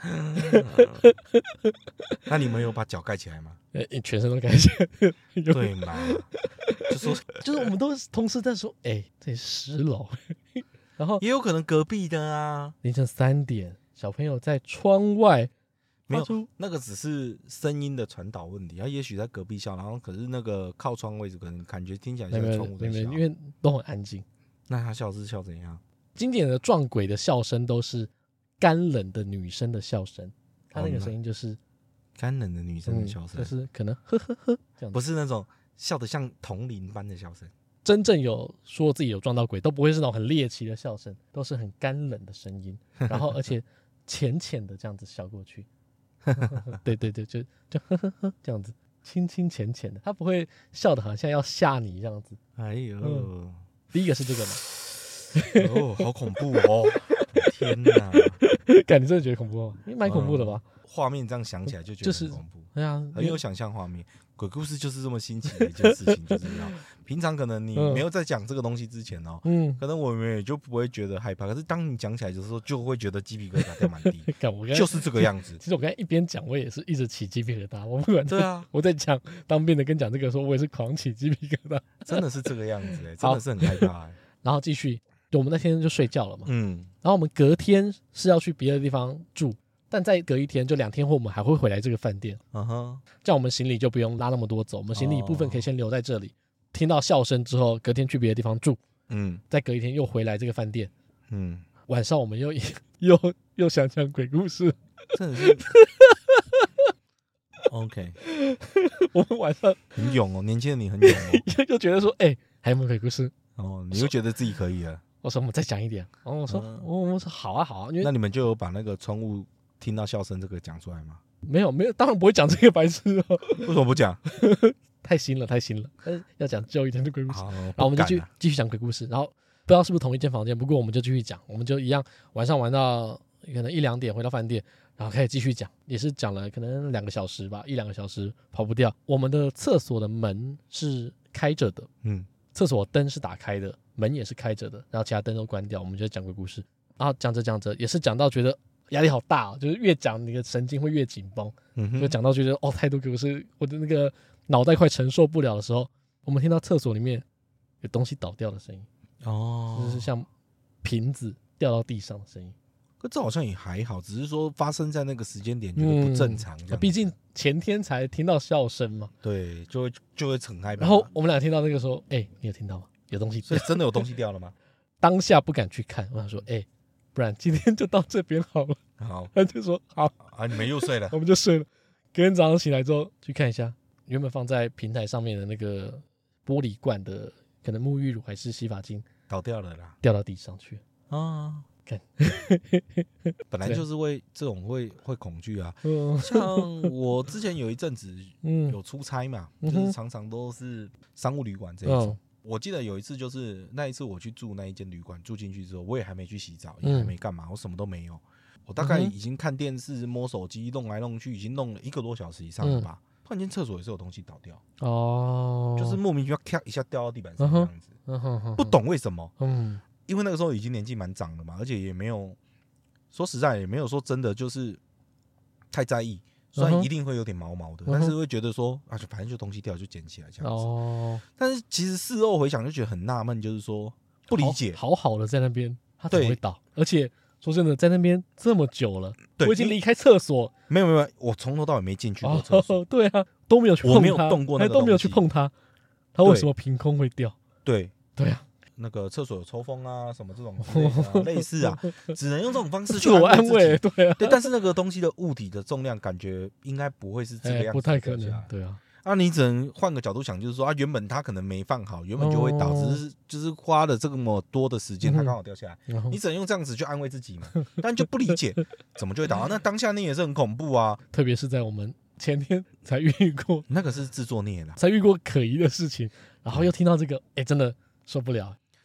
那你们有把脚盖起来吗？ 全身都盖起来。 对嘛？ 就是我们都同时在说，这是10楼。然后也有可能隔壁的啊， 凌晨3点，小朋友在窗外。 没有，那个只是声音的传导问题。他也许在隔壁笑，然后可是那个靠窗位置，可能感觉听起来像宠物在笑， 因为都很安静。 那他笑是笑怎样？ 经典的撞鬼的笑声都是干冷的女生的笑声，他那个声音就是干冷的女生的笑声， 就是可能呵呵呵这样子， 不是那种笑得像同龄般的笑声。 真正有说自己有撞到鬼，都不会是那种很猎奇的笑声，都是很干冷的声音，然后而且浅浅的这样子笑过去。对对对，就呵呵呵这样子，轻轻浅浅的，他不会笑得好像要吓你这样子。 哎呦， 第一个是这个嘛。 哦，好恐怖哦！天哪， 感觉真的觉得恐怖吗？因为蛮恐怖的吧？ 画面这样想起来就觉得很恐怖。 对啊， 很有想象画面。鬼故事就是这么新奇的一件事情，就是要平常可能你没有在讲这个东西之前哦，可能我们也就不会觉得害怕。可是当你讲起来的时候，就会觉得鸡皮疙瘩掉满地，就是这个样子。 其实我刚才一边讲，我也是一直起鸡皮疙瘩。我不管， 对啊， 我在讲当兵的跟讲这个时候，我也是狂起鸡皮疙瘩， 真的是这个样子真的是很害怕。 然后继续，我们那天就睡觉了嘛，然后我们隔天是要去别的地方住。但再隔一天，就2天后，我们还会回来这个饭店。这样我们行李就不用拉那么多走，我们行李一部分可以先留在这里。听到笑声之后，隔天去别的地方住，再隔一天又回来这个饭店。晚上我们又想讲鬼故事， 真的是。OK， 我们晚上很勇哦，年轻的你很勇哦， 就觉得说，还有没有鬼故事？ 哦，你又觉得自己可以了。 我说我们再讲一点。然后我说好啊好啊，因为那你们就有把那个窗户听到笑声这个讲出来吗？ 没有，当然不会讲这个白痴哦。 为什么不讲？ 太新了。要讲旧一点的鬼故事。然后我们就继续讲鬼故事。然后不知道是不是同一间房间，不过我们就继续讲，我们就一样晚上玩到可能1-2点回到饭店，然后开始继续讲，也是讲了可能2个小时吧，1-2个小时跑不掉。我们的厕所的门是开着的，厕所灯是打开的，门也是开着的，然后其他灯都关掉，我们就讲鬼故事。然后讲着也是讲到觉得压力好大哦，就是越讲你的神经会越紧绷，就讲到觉得太多鬼故事，我的那个脑袋快承受不了的时候，我们听到厕所里面有东西倒掉的声音，就是像瓶子掉到地上的声音。 可这好像也还好，只是说发生在那个时间点觉得不正常， 毕竟前天才听到笑声嘛， 对，就会很害怕。 然后我们俩听到那个说，你有听到吗？有东西掉， 所以真的有东西掉了吗？ 当下不敢去看，我想说，不然今天就到这边好了。 好， 他就说好啊，你们又睡了， 我们就睡了。隔天早上醒来之后去看一下，原本放在平台上面的那个玻璃罐的，可能沐浴乳还是洗发精倒掉了啦， 掉到地上去啊。看，本来就是这种会恐惧啊。像我之前有一阵子有出差嘛，就是常常都是商务旅馆这一种。我记得有一次，就是那一次我去住那一间旅馆，住进去之后，我也还没去洗澡，也还没干嘛，我什么都没有。我大概已经看电视、摸手机、弄来弄去，已经弄了1个多小时以上了吧。突然间厕所也是有东西倒掉，就是莫名其妙咔一下掉到地板上这样子，不懂为什么。因为那个时候已经年纪蛮长了嘛，而且也没有说实在也没有说真的就是太在意。虽然一定会有点毛毛的，但是会觉得说反正就东西掉就捡起来这样子。但是其实事后回想就觉得很纳闷，就是说不理解， 好的在那边，它怎么会倒？而且说真的，在那边这么久了，我已经离开厕所， 没有，我从头到尾没进去过厕所。 对啊，都没有去碰它， 我没有动过那个东西， 都没有去碰它，它为什么凭空会掉？ 对啊。 那个厕所有抽风啊，什么这种之类的类似啊，只能用这种方式去安慰。对啊， 对，但是那个东西的物体的重量，感觉应该不会是这个样子， 不太可能。对啊， 你只能换个角度想，就是说原本它可能没放好，原本就会倒，只是就是花了这么多的时间，它刚好掉下来，你只能用这样子去安慰自己嘛。但就不理解怎么就会倒，那当下那也是很恐怖啊， 特别是在我们前天才遇过， 那个是自作孽啦， 才遇过可疑的事情，然后又听到这个，真的受不了。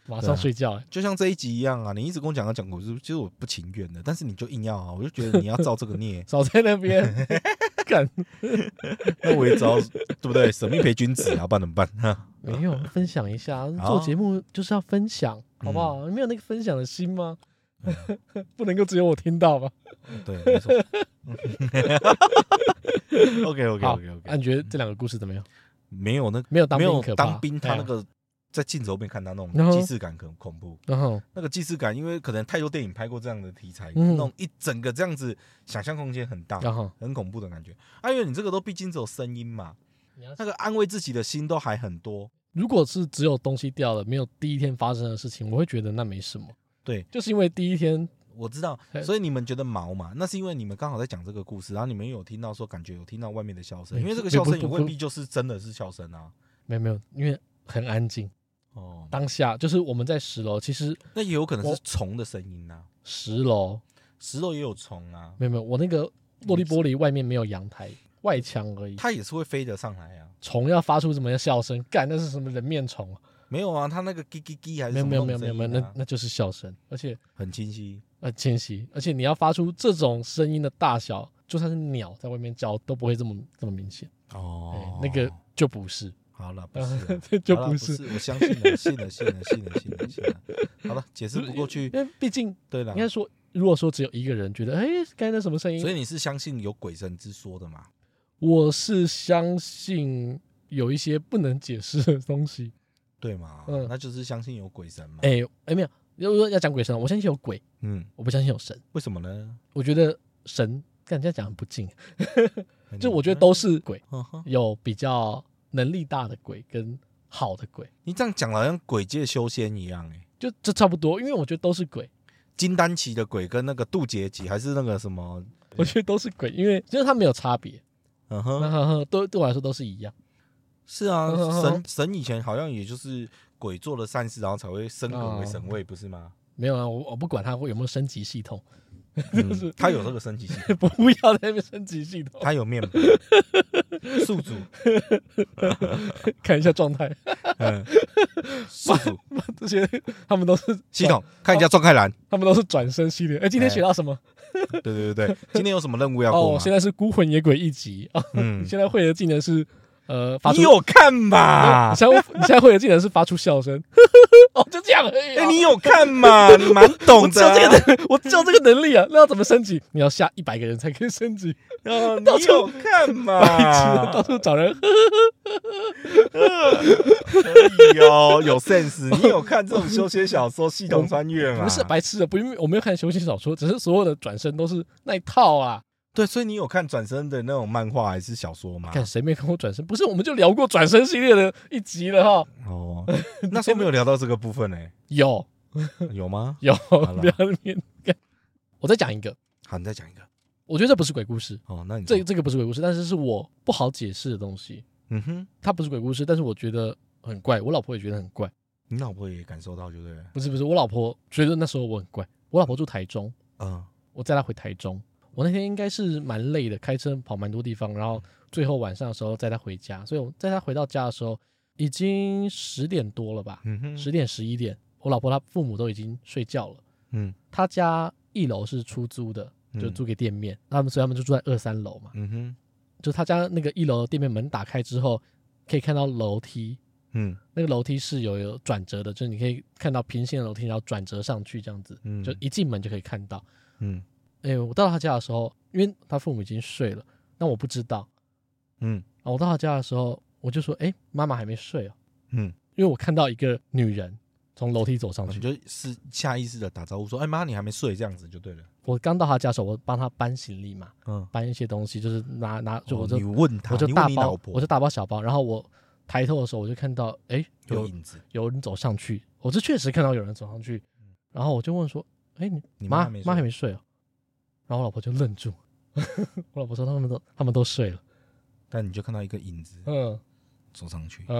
马上睡觉、 就像这一集一样啊，你一直跟我讲要讲鬼故事，其实我不情愿的，但是你就硬要啊，我就觉得你要造这个孽， 少在那边干， 那我也知道，对不对？舍命陪君子啊，不然怎么办？ 没有分享一下，做节目就是要分享，好不好？没有那个分享的心吗？不能够只有我听到吧？ 对，没错。OK， 那你觉得这两个故事怎么样？ 没有没有当兵，他那个在镜头边看到那种既视感很恐怖。然后那个既视感，因为可能太多电影拍过这样的题材，那种一整个这样子，想象空间很大，很恐怖的感觉。因为你这个都毕竟只有声音嘛，那个安慰自己的心都还很多。 如果是只有东西掉了，没有第一天发生的事情，我会觉得那没什么。 对， 就是因为第一天。 我知道，所以你们觉得毛嘛？那是因为你们刚好在讲这个故事，然后你们有听到说，感觉有听到外面的笑声，因为这个笑声也未必就是真的是笑声啊。 没有，因为很安静。哦，当下就是我们在10楼，其实那也有可能是虫的声音啊。 10楼也有虫啊。 没有，我那个落地玻璃外面没有阳台，外墙而已。 它也是会飞得上来啊。 虫要发出什么笑声？干，那是什么人面虫啊？ 没有啊，它那个叽叽叽还是什么、 没有，那就是笑声，而且很清晰， 而且你要发出这种声音的大小，就算是鸟在外面叫都不会这么明显哦。那个就不是， 好了，不是， 就不是， 我相信了，信了。好了，解释不过去， 因为毕竟对了， 应该说，如果说只有一个人觉得，刚才那什么声音， 所以你是相信有鬼神之说的吗？ 我是相信有一些不能解释的东西。 对嘛，那就是相信有鬼神嘛。 没有，如果要讲鬼神，我相信有鬼，我不相信有神。 为什么呢？ 我觉得神跟人家讲很不敬，就我觉得都是鬼，有比较能力大的鬼跟好的鬼。 你这样讲好像鬼界修仙一样就这差不多，因为我觉得都是鬼。 金丹期的鬼跟那个渡劫期还是那个什么， 我觉得都是鬼，因为就是它没有差别，对我来说都是一样。 是啊，神以前好像也就是鬼做了善事，然后才会升格为神位，不是吗？ 没有啊，我不管他会有没有升级系统， 他有这个升级系统， 不要在那边升级系统。 他有面板宿主， 看一下状态。 宿主这些他们都是系统，看一下状态栏， 他们都是转身系列。今天学到什么？ 对，今天有什么任务要过吗？ 现在是孤魂野鬼1级啊。现在会的技能是。 你有看吧？ 你现在会的技能是发出笑声，就这样而已。 你有看嘛？你蛮懂的。 我只有这个能力啊，那要怎么升级？你要下100个人才可以升级。 你有看嘛？ 到处找人。 可以哦，有 sense。你有看这种修仙小说系统穿越吗？ 不是白痴的，不，因为我没有看修仙小说，只是所有的转身都是那一套啊。 对，所以你有看转身的那种漫画还是小说吗？ 看谁没看过转身？不是，我们就聊过转身系列的1集了哈。 那时候没有聊到这个部分呢。 有吗？ 有。我再讲一个。 好，你再讲一个。 我觉得这不是鬼故事。 那你这个不是鬼故事，但是是我不好解释的东西。它不是鬼故事，但是我觉得很怪，我老婆也觉得很怪。 你老婆也感受到，对不对？ 不是，我老婆觉得那时候我很怪。我老婆住台中，我载她回台中。我那天应该是蛮累的，开车跑蛮多地方，然后最后晚上的时候载他回家，所以我载他回到家的时候已经10点多了吧，10点11点，我老婆她父母都已经睡觉了。他家1楼是出租的，就租给店面，所以他们就住在2、3楼嘛。就他家那个1楼的店面门打开之后，可以看到楼梯，那个楼梯是有转折的，就是你可以看到平行的楼梯，然后转折上去这样子，就一进门就可以看到。我到他家的时候，因为他父母已经睡了，但我不知道。我到他家的时候，我就说：“妈妈还没睡哦。”因为我看到一个女人从楼梯走上去， 你就是下意识的打招呼说：“妈，你还没睡？”这样子就对了。 我刚到他家的时候，我帮他搬行李嘛，搬一些东西，就是拿， 你问他， 我就大包，我就大包小包，然后我抬头的时候，我就看到有影子， 有人走上去，我是确实看到有人走上去，然后我就问说：“你妈还没睡哦？”然后我老婆就愣住，我老婆说他们都睡了， 但你就看到一个影子，走上去，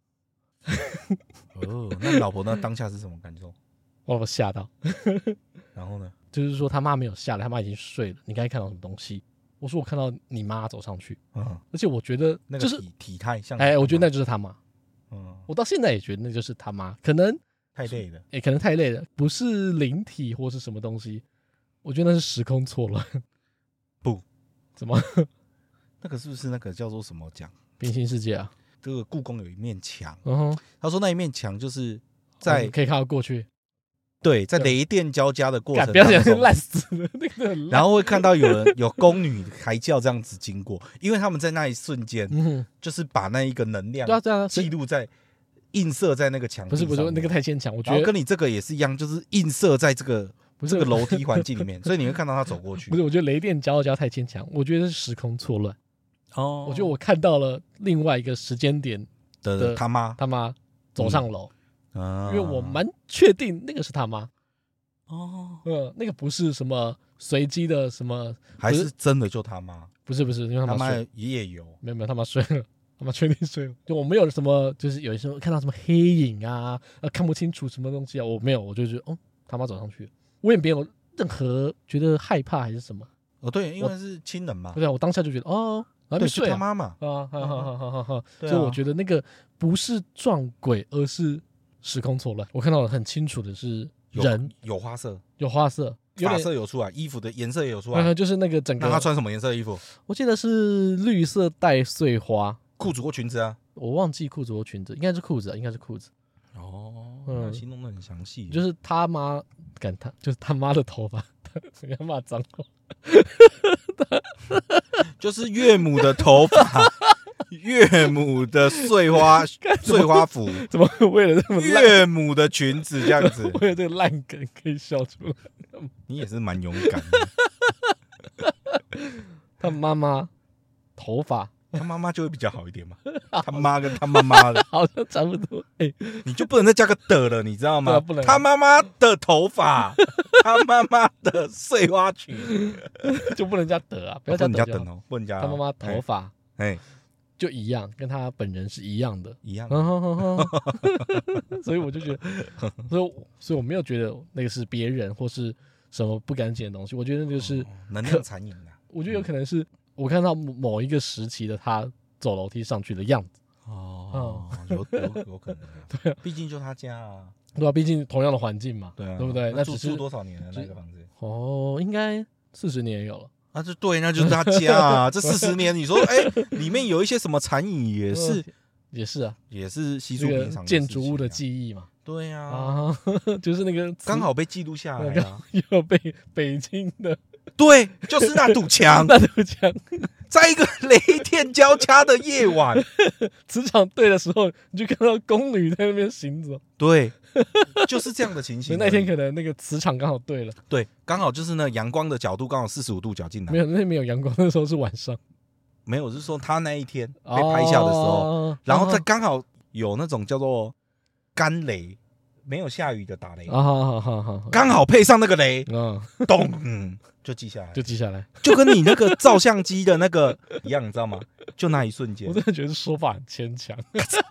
那你老婆呢？当下是什么感受？ 我老婆吓到， 然后呢？ 就是说他妈没有下来，他妈已经睡了。你刚才看到什么东西？我说我看到你妈走上去，而且我觉得就是体态像， 我觉得那就是他妈，我到现在也觉得那就是他妈，可能太累了， 可能太累了，不是灵体或是什么东西，我觉得那是时空错乱。 不， 怎么？ 那个是不是那个叫做什么讲？ 平行世界啊？ 这个故宫有一面墙， 他说那一面墙就是在、 可以看到过去。 对，在雷电交加的过程当中， 不要讲烂死了，那个然后会看到有宫女抬轿这样子经过，因为他们在那一瞬间，就是把那一个能量记录在映射在那个墙壁上。不是那个太牵强，我觉得跟你这个也是一样，就是映射在这个楼梯环境里面，所以你会看到他走过去。 不是，我觉得雷电交加太牵强，我觉得是时空错乱。我觉得我看到了另外一个时间点的他妈走上楼。因为我蛮确定那个是他妈那个不是什么随机的什么， 还是真的就他妈？不是， 因为他妈也有， 没有他妈睡了，他妈确定睡了。就我没有什么，就是有时候看到什么黑影啊，看不清楚什么东西啊，我没有，我就觉得他妈走上去了，我也没有任何觉得害怕还是什么。 对，因为是亲人嘛。 对啊，我当下就觉得还没睡他妈嘛所以我觉得那个不是撞鬼，而是时空错乱。我看到的很清楚的是人有花色， 发色有出来，衣服的颜色也有出来， 就是那个整个。 那他穿什么颜色的衣服？ 我记得是绿色带碎花， 裤子或裙子啊？我忘记裤子或裙子，应该是裤子。 形容的很详细。 就是他妈，就是他妈的头发，不要骂脏话， 就是岳母的头发。岳母的碎花服， 怎么为了这么岳母的裙子这样子， 为了这个烂梗可以笑出来？ 你也是蛮勇敢的。 他妈妈头发， 他妈妈就会比较好一点嘛。他妈跟他妈妈的好像差不多。 你就不能再加个的了，你知道吗？他妈妈的头发，他妈妈的碎花裙， 就不能加的啊！不要加的哦，不能加。 他妈妈头发，就一样，跟他本人是一样的，所以我就觉得，所以我没有觉得那个是别人或是什么不干净的东西，我觉得那就是能量残影啊。 我觉得有可能是我看到某一个时期的他走楼梯上去的样子。 有可能。对，毕竟就他家啊。 对啊，毕竟同样的环境嘛， 对不对？ 那住多少年了那个房子？ 应该40年有了。 对，那就是他家啊。这40年，你说，里面有一些什么残影，也是啊，也是稀疏平常的建筑物的记忆嘛。 对啊， 就是那个刚好被记录下来啊， 又被北京的， 对，就是那堵墙，在一个雷电交加的夜晚， 磁场对的时候，你就看到宫女在那边行走。 对。就是这样的情形。 那天可能那个磁场刚好对了， 对，刚好就是那阳光的角度刚好45度角进来。 没有，那天没有阳光，那时候是晚上。 没有，是说他那一天被拍下的时候，然后再刚好有那种叫做干雷，没有下雨的打雷，刚好配上那个雷，咚，就记下来，就跟你那个照相机的那个一样，你知道吗？就那一瞬间， 我真的觉得说法很牵强。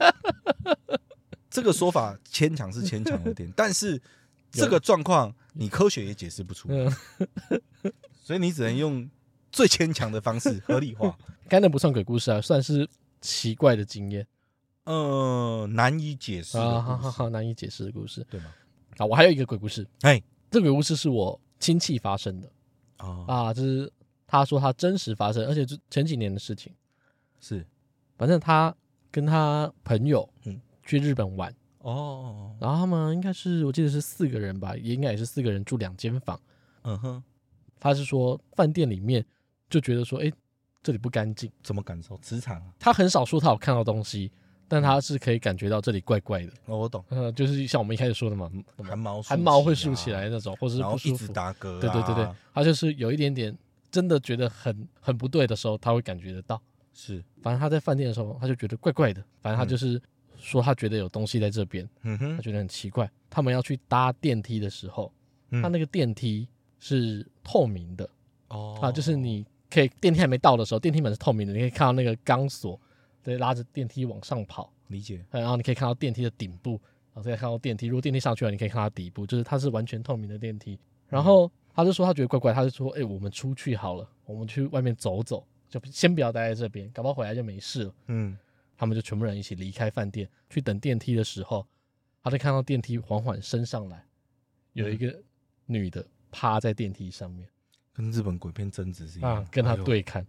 这个说法牵强是牵强了点，但是这个状况你科学也解释不出来，所以你只能用最牵强的方式合理化。 刚才不算鬼故事啊，算是奇怪的经验， 难以解释的故事， 难以解释的故事， 对吗？ 我还有一个鬼故事，这个鬼故事是我亲戚发生的就是他说他真实发生，而且是前几年的事情， 是， 反正他跟他朋友去日本玩然后他们应该是我记得是4个人吧，应该也是4个人住2间房。他是说饭店里面就觉得说，这里不干净。 怎么感受？磁场啊？ 他很少说他有看到东西，但他是可以感觉到这里怪怪的。 我懂。 就是像我们一开始说的嘛， 汗毛会竖起来那种，或是不舒服， 一直打嗝。 对，他就是有一点点真的觉得很不对的时候，他会感觉得到。 是， 反正他在饭店的时候，他就觉得怪怪的。反正他就是说他觉得有东西在这边，他觉得很奇怪。他们要去搭电梯的时候，他那个电梯是透明的就是你可以电梯还没到的时候，电梯门是透明的，你可以看到那个钢索对拉着电梯往上跑， 理解。 然后你可以看到电梯的顶部，然后再看到电梯。如果电梯上去了，你可以看到底部，就是它是完全透明的电梯。然后他就说他觉得怪怪，他就说我们出去好了，我们去外面走走，就先不要待在这边，搞不好回来就没事了。他们就全部人一起离开饭店，去等电梯的时候， 他就看到电梯缓缓升上来，有一个女的趴在电梯上面， 跟日本鬼片贞子是一样， 跟他对看。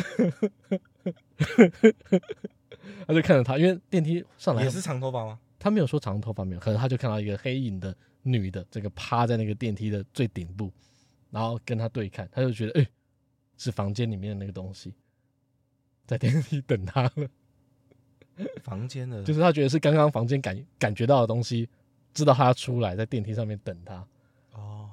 他就看着他，因为电梯上来也是长头发吗？ 他没有说长头发没有，可能他就看到一个黑影的女的，这个趴在那个电梯的最顶部，然后跟他对看，他就觉得是房间里面的那个东西，在电梯等他了。 房间的， 就是他觉得是刚刚房间感觉到的东西，知道他要出来，在电梯上面等他。 哦，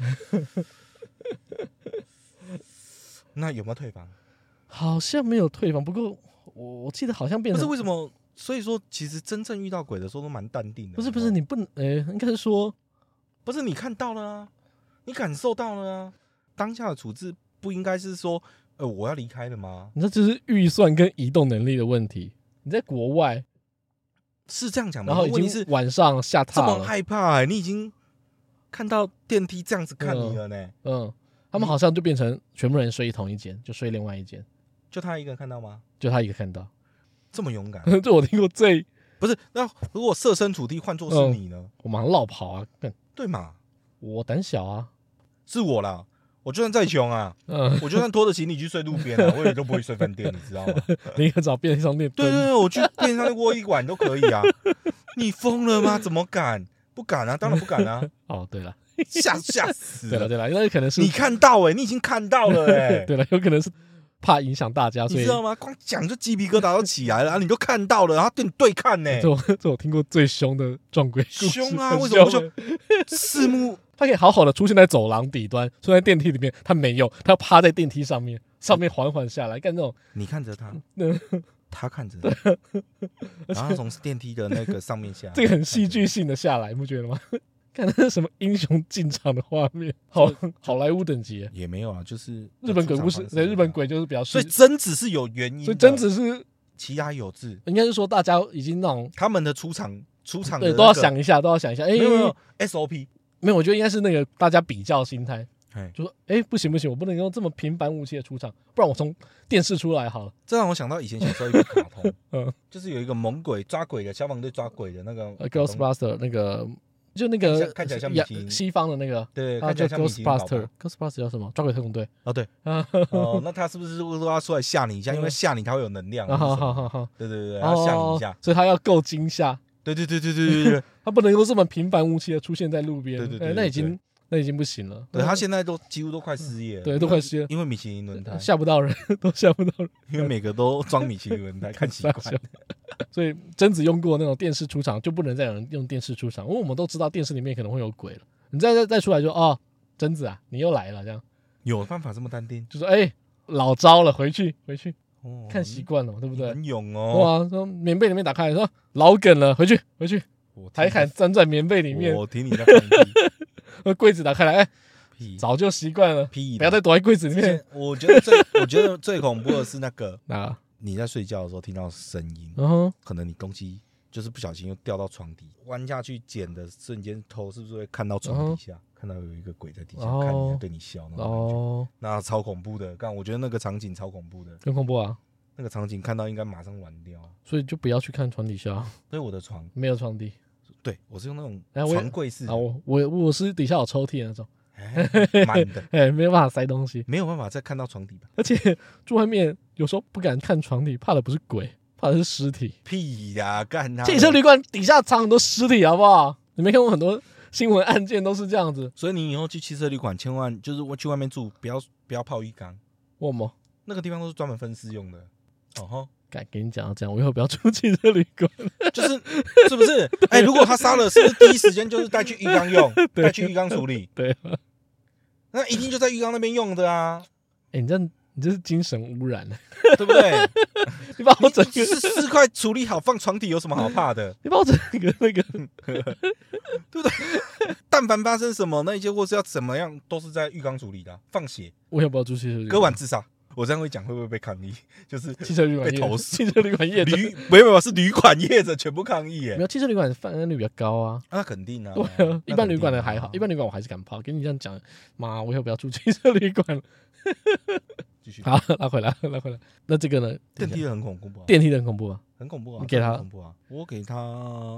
那有没有退房？ 好像没有退房，不过我记得好像变成不是为什么？所以说，其实真正遇到鬼的时候都蛮淡定的。 不是，你不能，应该是说， 不是你看到了啊，你感受到了啊，当下的处置不应该是说，我要离开了吗？ 你这就是预算跟移动能力的问题。你在国外是这样讲吗？ 然后已经晚上下榻了， 这么害怕你已经看到电梯这样子看你了呢。 他们好像就变成全部人睡同一间，就睡另外一间。 就他一个人看到吗？ 就他一个看到， 这么勇敢。 这我听过最不是。那如果设身处地换作是你呢？ 我马上绕跑啊！ 对嘛？ 我胆小啊， 是我啦。我就算再穷啊，我就算拖着行李去睡路边啊，我也都不会睡饭店，你知道吗？ 你可找便利商店。 对，我去便利商店窝一晚都可以啊。你疯了吗？怎么敢？不敢啊，当然不敢啊。 哦，对了， 吓死了。 对了，那可能是你看到你已经看到了对了，有可能是怕影响大家，所以你知道吗？光讲就鸡皮疙瘩都起来了啊！你都看到了，然后跟你对看呢。 这我听过最凶的撞鬼故事。 凶啊！为什么就四目？ 他可以好好的出现在走廊底端，出现在电梯里面，他没有，他要趴在电梯上面缓缓下来，干这种。 你看着他，他看着他，然后他从电梯的那个上面下来， 这个很戏剧性的下来，你不觉得吗？看那是什么英雄进场的画面，好莱坞等级也没有啊，就是日本鬼故事，对，日本鬼就是比较， 所以贞子是有原因的， 所以贞子是其来有自， 应该是说大家已经那种他们的出场的对都要想一下， 没有 SOP。 没有，我觉得应该是那个大家比较心态，就说不行，我不能用这么平凡无奇的出场，不然我从电视出来好了。 这让我想到以前小时候一个卡通，就是有一个猛鬼抓鬼的消防队抓鬼的那个 Ghostbuster 那个。就那个看起来像米其林西方的那个， 对，看起来像米其林 Ghostbuster 叫什么？抓鬼特工队。 哦，对，那他是不是说他出来吓你一下？因为吓你他会有能量。对，他吓你一下， 所以他要够惊吓。 对， 他不能够这么平凡无奇的出现在路边。 对， 那已经不行了。 对，他现在都几乎都快失业了。 对，都快失业了， 因为米其林轮胎吓不到人，都吓不到人。 因为每个都装米其林轮胎，看习惯。 所以贞子用过那种电视出场，就不能再有人用电视出场，因为我们都知道电视里面可能会有鬼了。你再出来就贞子啊，你又来了，这样有办法这么淡定？ 就说老招了，回去，看习惯了，对不对？ 很勇哇，说棉被里面打开，说老梗了，回去，还敢钻在棉被里面。 我听你在放屁。 柜子打开来，早就习惯了，不要再躲在柜子里面。 我觉得最恐怖的是那个你在睡觉的时候听到声音，可能你东西就是不小心又掉到床底，弯下去捡的瞬间，头是不是会看到床底下，看到有一个鬼在底下看你，对你笑那种感觉，那超恐怖的。我觉得那个场景超恐怖的， 很恐怖啊！ 那个场景看到应该马上完掉， 所以就不要去看床底下。 所以我的床没有床底， 对我是用那种床柜式的， 我是底下有抽屉的那种。 满的， 没有办法塞东西， 没有办法再看到床底吧。 而且住外面有时候不敢看床底，怕的不是鬼，怕的是尸体。 屁呀，干他！ 汽车旅馆底下藏很多尸体，好不好？你没看过很多新闻案件都是这样子。 所以你以后去汽车旅馆，千万就是去外面住，不要泡浴缸。 为什么？ 那个地方都是专门分尸用的。 给你讲到这样，我以后不要住汽车旅馆。 是不是？如果他杀了，是不是第一时间就是带去浴缸用，带去浴缸处理？ 对， 那一定就在浴缸那边用的啊！ 你这是精神污染， 对不对？ 你把我整个是4块处理好放床底，有什么好怕的？ 你把我整个那个， 对不对？但凡发生什么那些或是要怎么样，都是在浴缸处理的，放血。 我也不要住汽车旅馆， 割腕自杀。我这样会讲会不会被抗议？就是汽车旅馆被投诉， 汽车旅馆业者没有是旅馆业者全部抗议耶。 没有，汽车旅馆犯案率比较高啊。 那肯定啊。 对啊，一般旅馆的还好，一般旅馆我还是敢泡。跟你这样讲，妈，我以后不要住汽车旅馆了。 继续。 好，拉回来。那这个呢？ 电梯的很恐怖啊。 电梯的很恐怖啊。 很恐怖啊。 你给他很恐怖啊。我给他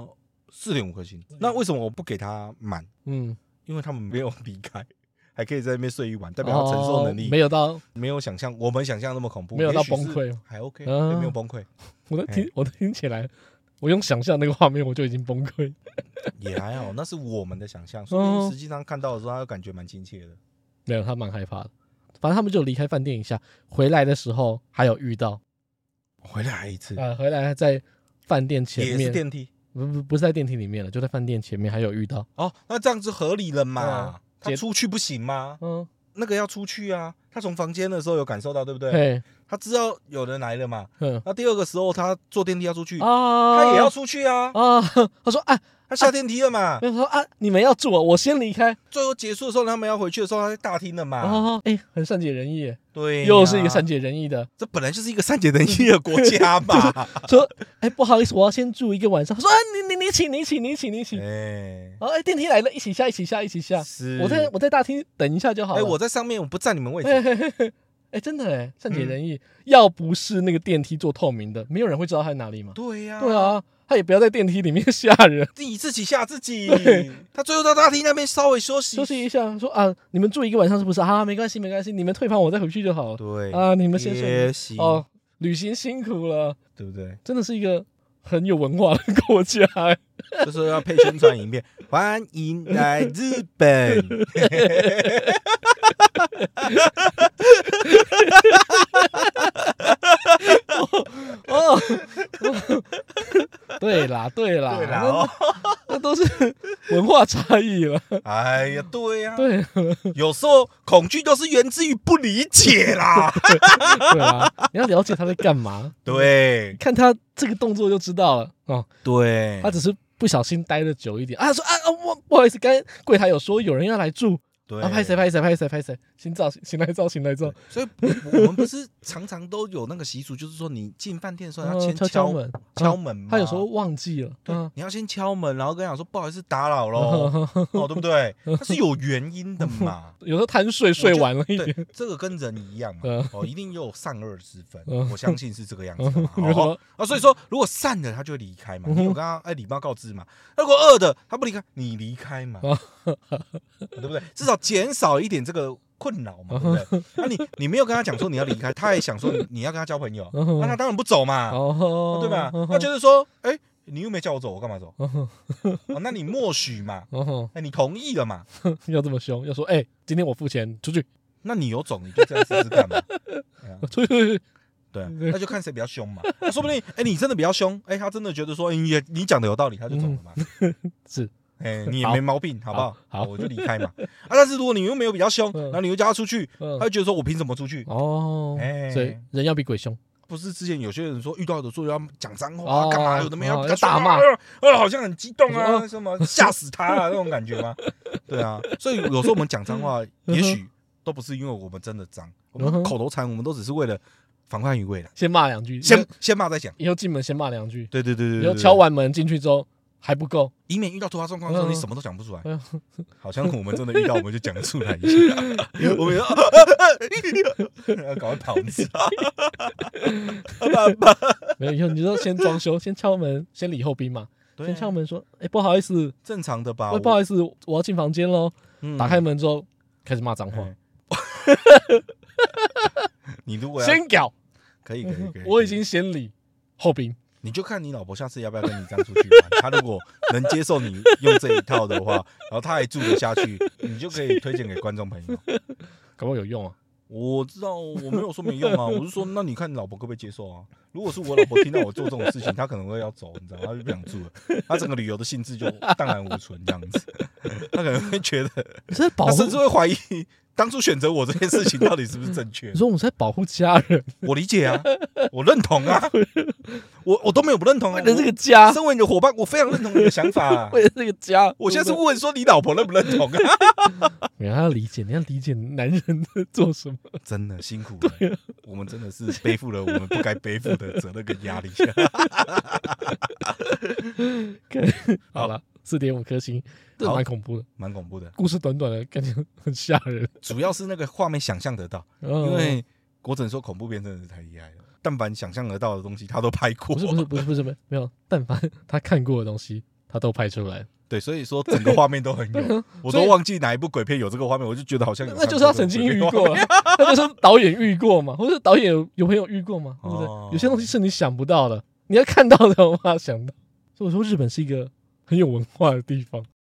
4.5颗星。那为什么我不给他满？因为他们没有离开，还可以在那边睡一晚，代表他承受能力没有到， 没有我们想象那么恐怖， 没有到崩溃， 还 OK，没有崩溃。 我听起来，我用想象那个画面我就已经崩溃。 也还好，那是我们的想象，所以实际上看到的时候，他感觉蛮亲切的。 没有，他蛮害怕的。反正他们就离开饭店一下，回来的时候还有遇到， 回来一次回来在饭店前面， 也是电梯， 不是在电梯里面了，就在饭店前面还有遇到。 哦，那这样子合理了嘛？他出去不行吗？那个要出去啊。他从房间的时候有感受到，对不对？他知道有人来了嘛。那第二个时候他坐电梯要出去，他也要出去啊。 他说他下电梯了嘛？ 他说你们要住我先离开。 最后结束的时候，他们要回去的时候，他在大厅了嘛？ 很善解人意耶。 对， 又是一个善解人意的。 这本来就是一个善解人意的国家嘛。 说不好意思，我要先住一个晚上。他说你起。电梯来了，一起下。我在大厅等一下就好了。 我在上面，我不占你们位置。 真的善解人意。要不是那个电梯做透明的，没有人会知道他在哪里嘛。 对呀。 对啊。他也不要在电梯里面吓人， 自己吓自己。他最后到大厅那边稍微休息一下，说你们住一个晚上是不是？没关系，你们退房我再回去就好了。 对你们先睡。旅行辛苦了， 对不对？ 真的是一个很有文化的国家。 就是要配宣传影片，欢迎来日本。 对啦，那都是文化差异了。 哎呀，对呀， 对， 有时候恐惧都是源自于不理解啦。 对啊，你要了解他在干嘛。 对， 看他这个动作就知道了。 对， 他只是不小心待了久一点。他说我不好意思，刚才柜台有说有人要来住。 对， 拍谁，醒来照。 所以我们不是常常都有那个习俗，就是说你进饭店的时候要先敲门嘛。 他有时候忘记了， 你要先敲门，然后跟他讲说不好意思打扰咯，对不对？它是有原因的嘛。 有时候贪睡晚了一点， 对，这个跟人一样嘛。一定有善恶之分，我相信是这个样子嘛。所以说如果善的他就会离开嘛，你有跟他礼貌告知嘛。如果恶的他不离开，你离开嘛，对不对？至少减少一点这个困扰嘛，对不对？那你没有跟他讲说你要离开，他也想说你要跟他交朋友，那他当然不走嘛，对吧？他觉得说，你又没叫我走，我干嘛走？那你默许嘛，你同意了嘛？ 要这么凶，要说今天我付钱出去， 那你有种你就这样试试看嘛， 出去。 对，那就看谁比较凶嘛。说不定你真的比较凶，他真的觉得说你讲的有道理，他就走了嘛。 是。 你也没毛病，好不好？ 好， 我就离开嘛。但是如果你又没有比较凶，然后你又叫他出去，他就觉得说我凭什么出去？ 所以人要比鬼凶。 不是之前有些人说遇到的时候要讲脏话，干嘛有的没有要大骂， 好像很激动啊，什么吓死他啊那种感觉吗？对啊，所以有时候我们讲脏话，也许都不是因为我们真的脏，我们口头禅我们都只是为了防患于未然， 先骂两句， 先骂再讲， 以后进门先骂两句。 对， 以后敲完门进去之后。还不够， 以免遇到突发状况的时候，你什么都讲不出来。好像我们真的遇到，我们就讲得出来一下。我们要赶快跑，你知道？ 没有以后你说先装修，先敲门，先礼后兵嘛。先敲门说：“不好意思， 正常的吧？ 不好意思，我要进房间喽。”打开门之后开始骂脏话。 你如果先搞， 可以， 我已经先礼后兵。 你就看你老婆下次要不要跟你这样出去玩。她如果能接受你用这一套的话，然后她还住得下去，你就可以推荐给观众朋友。 搞不好有用啊？ 我知道，我没有说没用啊，我是说，那你看你老婆可不可以接受啊？如果是我老婆听到我做这种事情，她可能会要走，你知道吗？她就不想住了，她整个旅游的兴致就荡然无存，这样子。她可能会觉得，她甚至会怀疑当初选择我这件事情到底是不是正确。 你说我们在保护家人， 我理解啊，我认同啊，我都没有不认同啊。 为了这个家， 身为你的伙伴，我非常认同你的想法啊。 为了这个家， 我现在是问说你老婆认不认同啊？ 你要理解，你要理解男人在做什么。 真的辛苦了，对，我们真的是背负了我们不该背负的责任跟压力。 好了，4.5颗星，这蛮恐怖的， 蛮恐怖的。故事短短的，感觉很吓人。 主要是那个画面想象得到，因为国整说恐怖片真的是太厉害了，但凡想象得到的东西他都拍过。 不是，没有，但凡他看过的东西他都拍出来。 对，所以说整个画面都很有，我都忘记哪一部鬼片有这个画面，我就觉得好像有。 那就是他曾经遇过，那就是导演遇过嘛，或者导演有朋友遇过嘛，对不对？有些东西是你想不到的，你要看到的话想到。所以我说日本是一个很有文化的地方。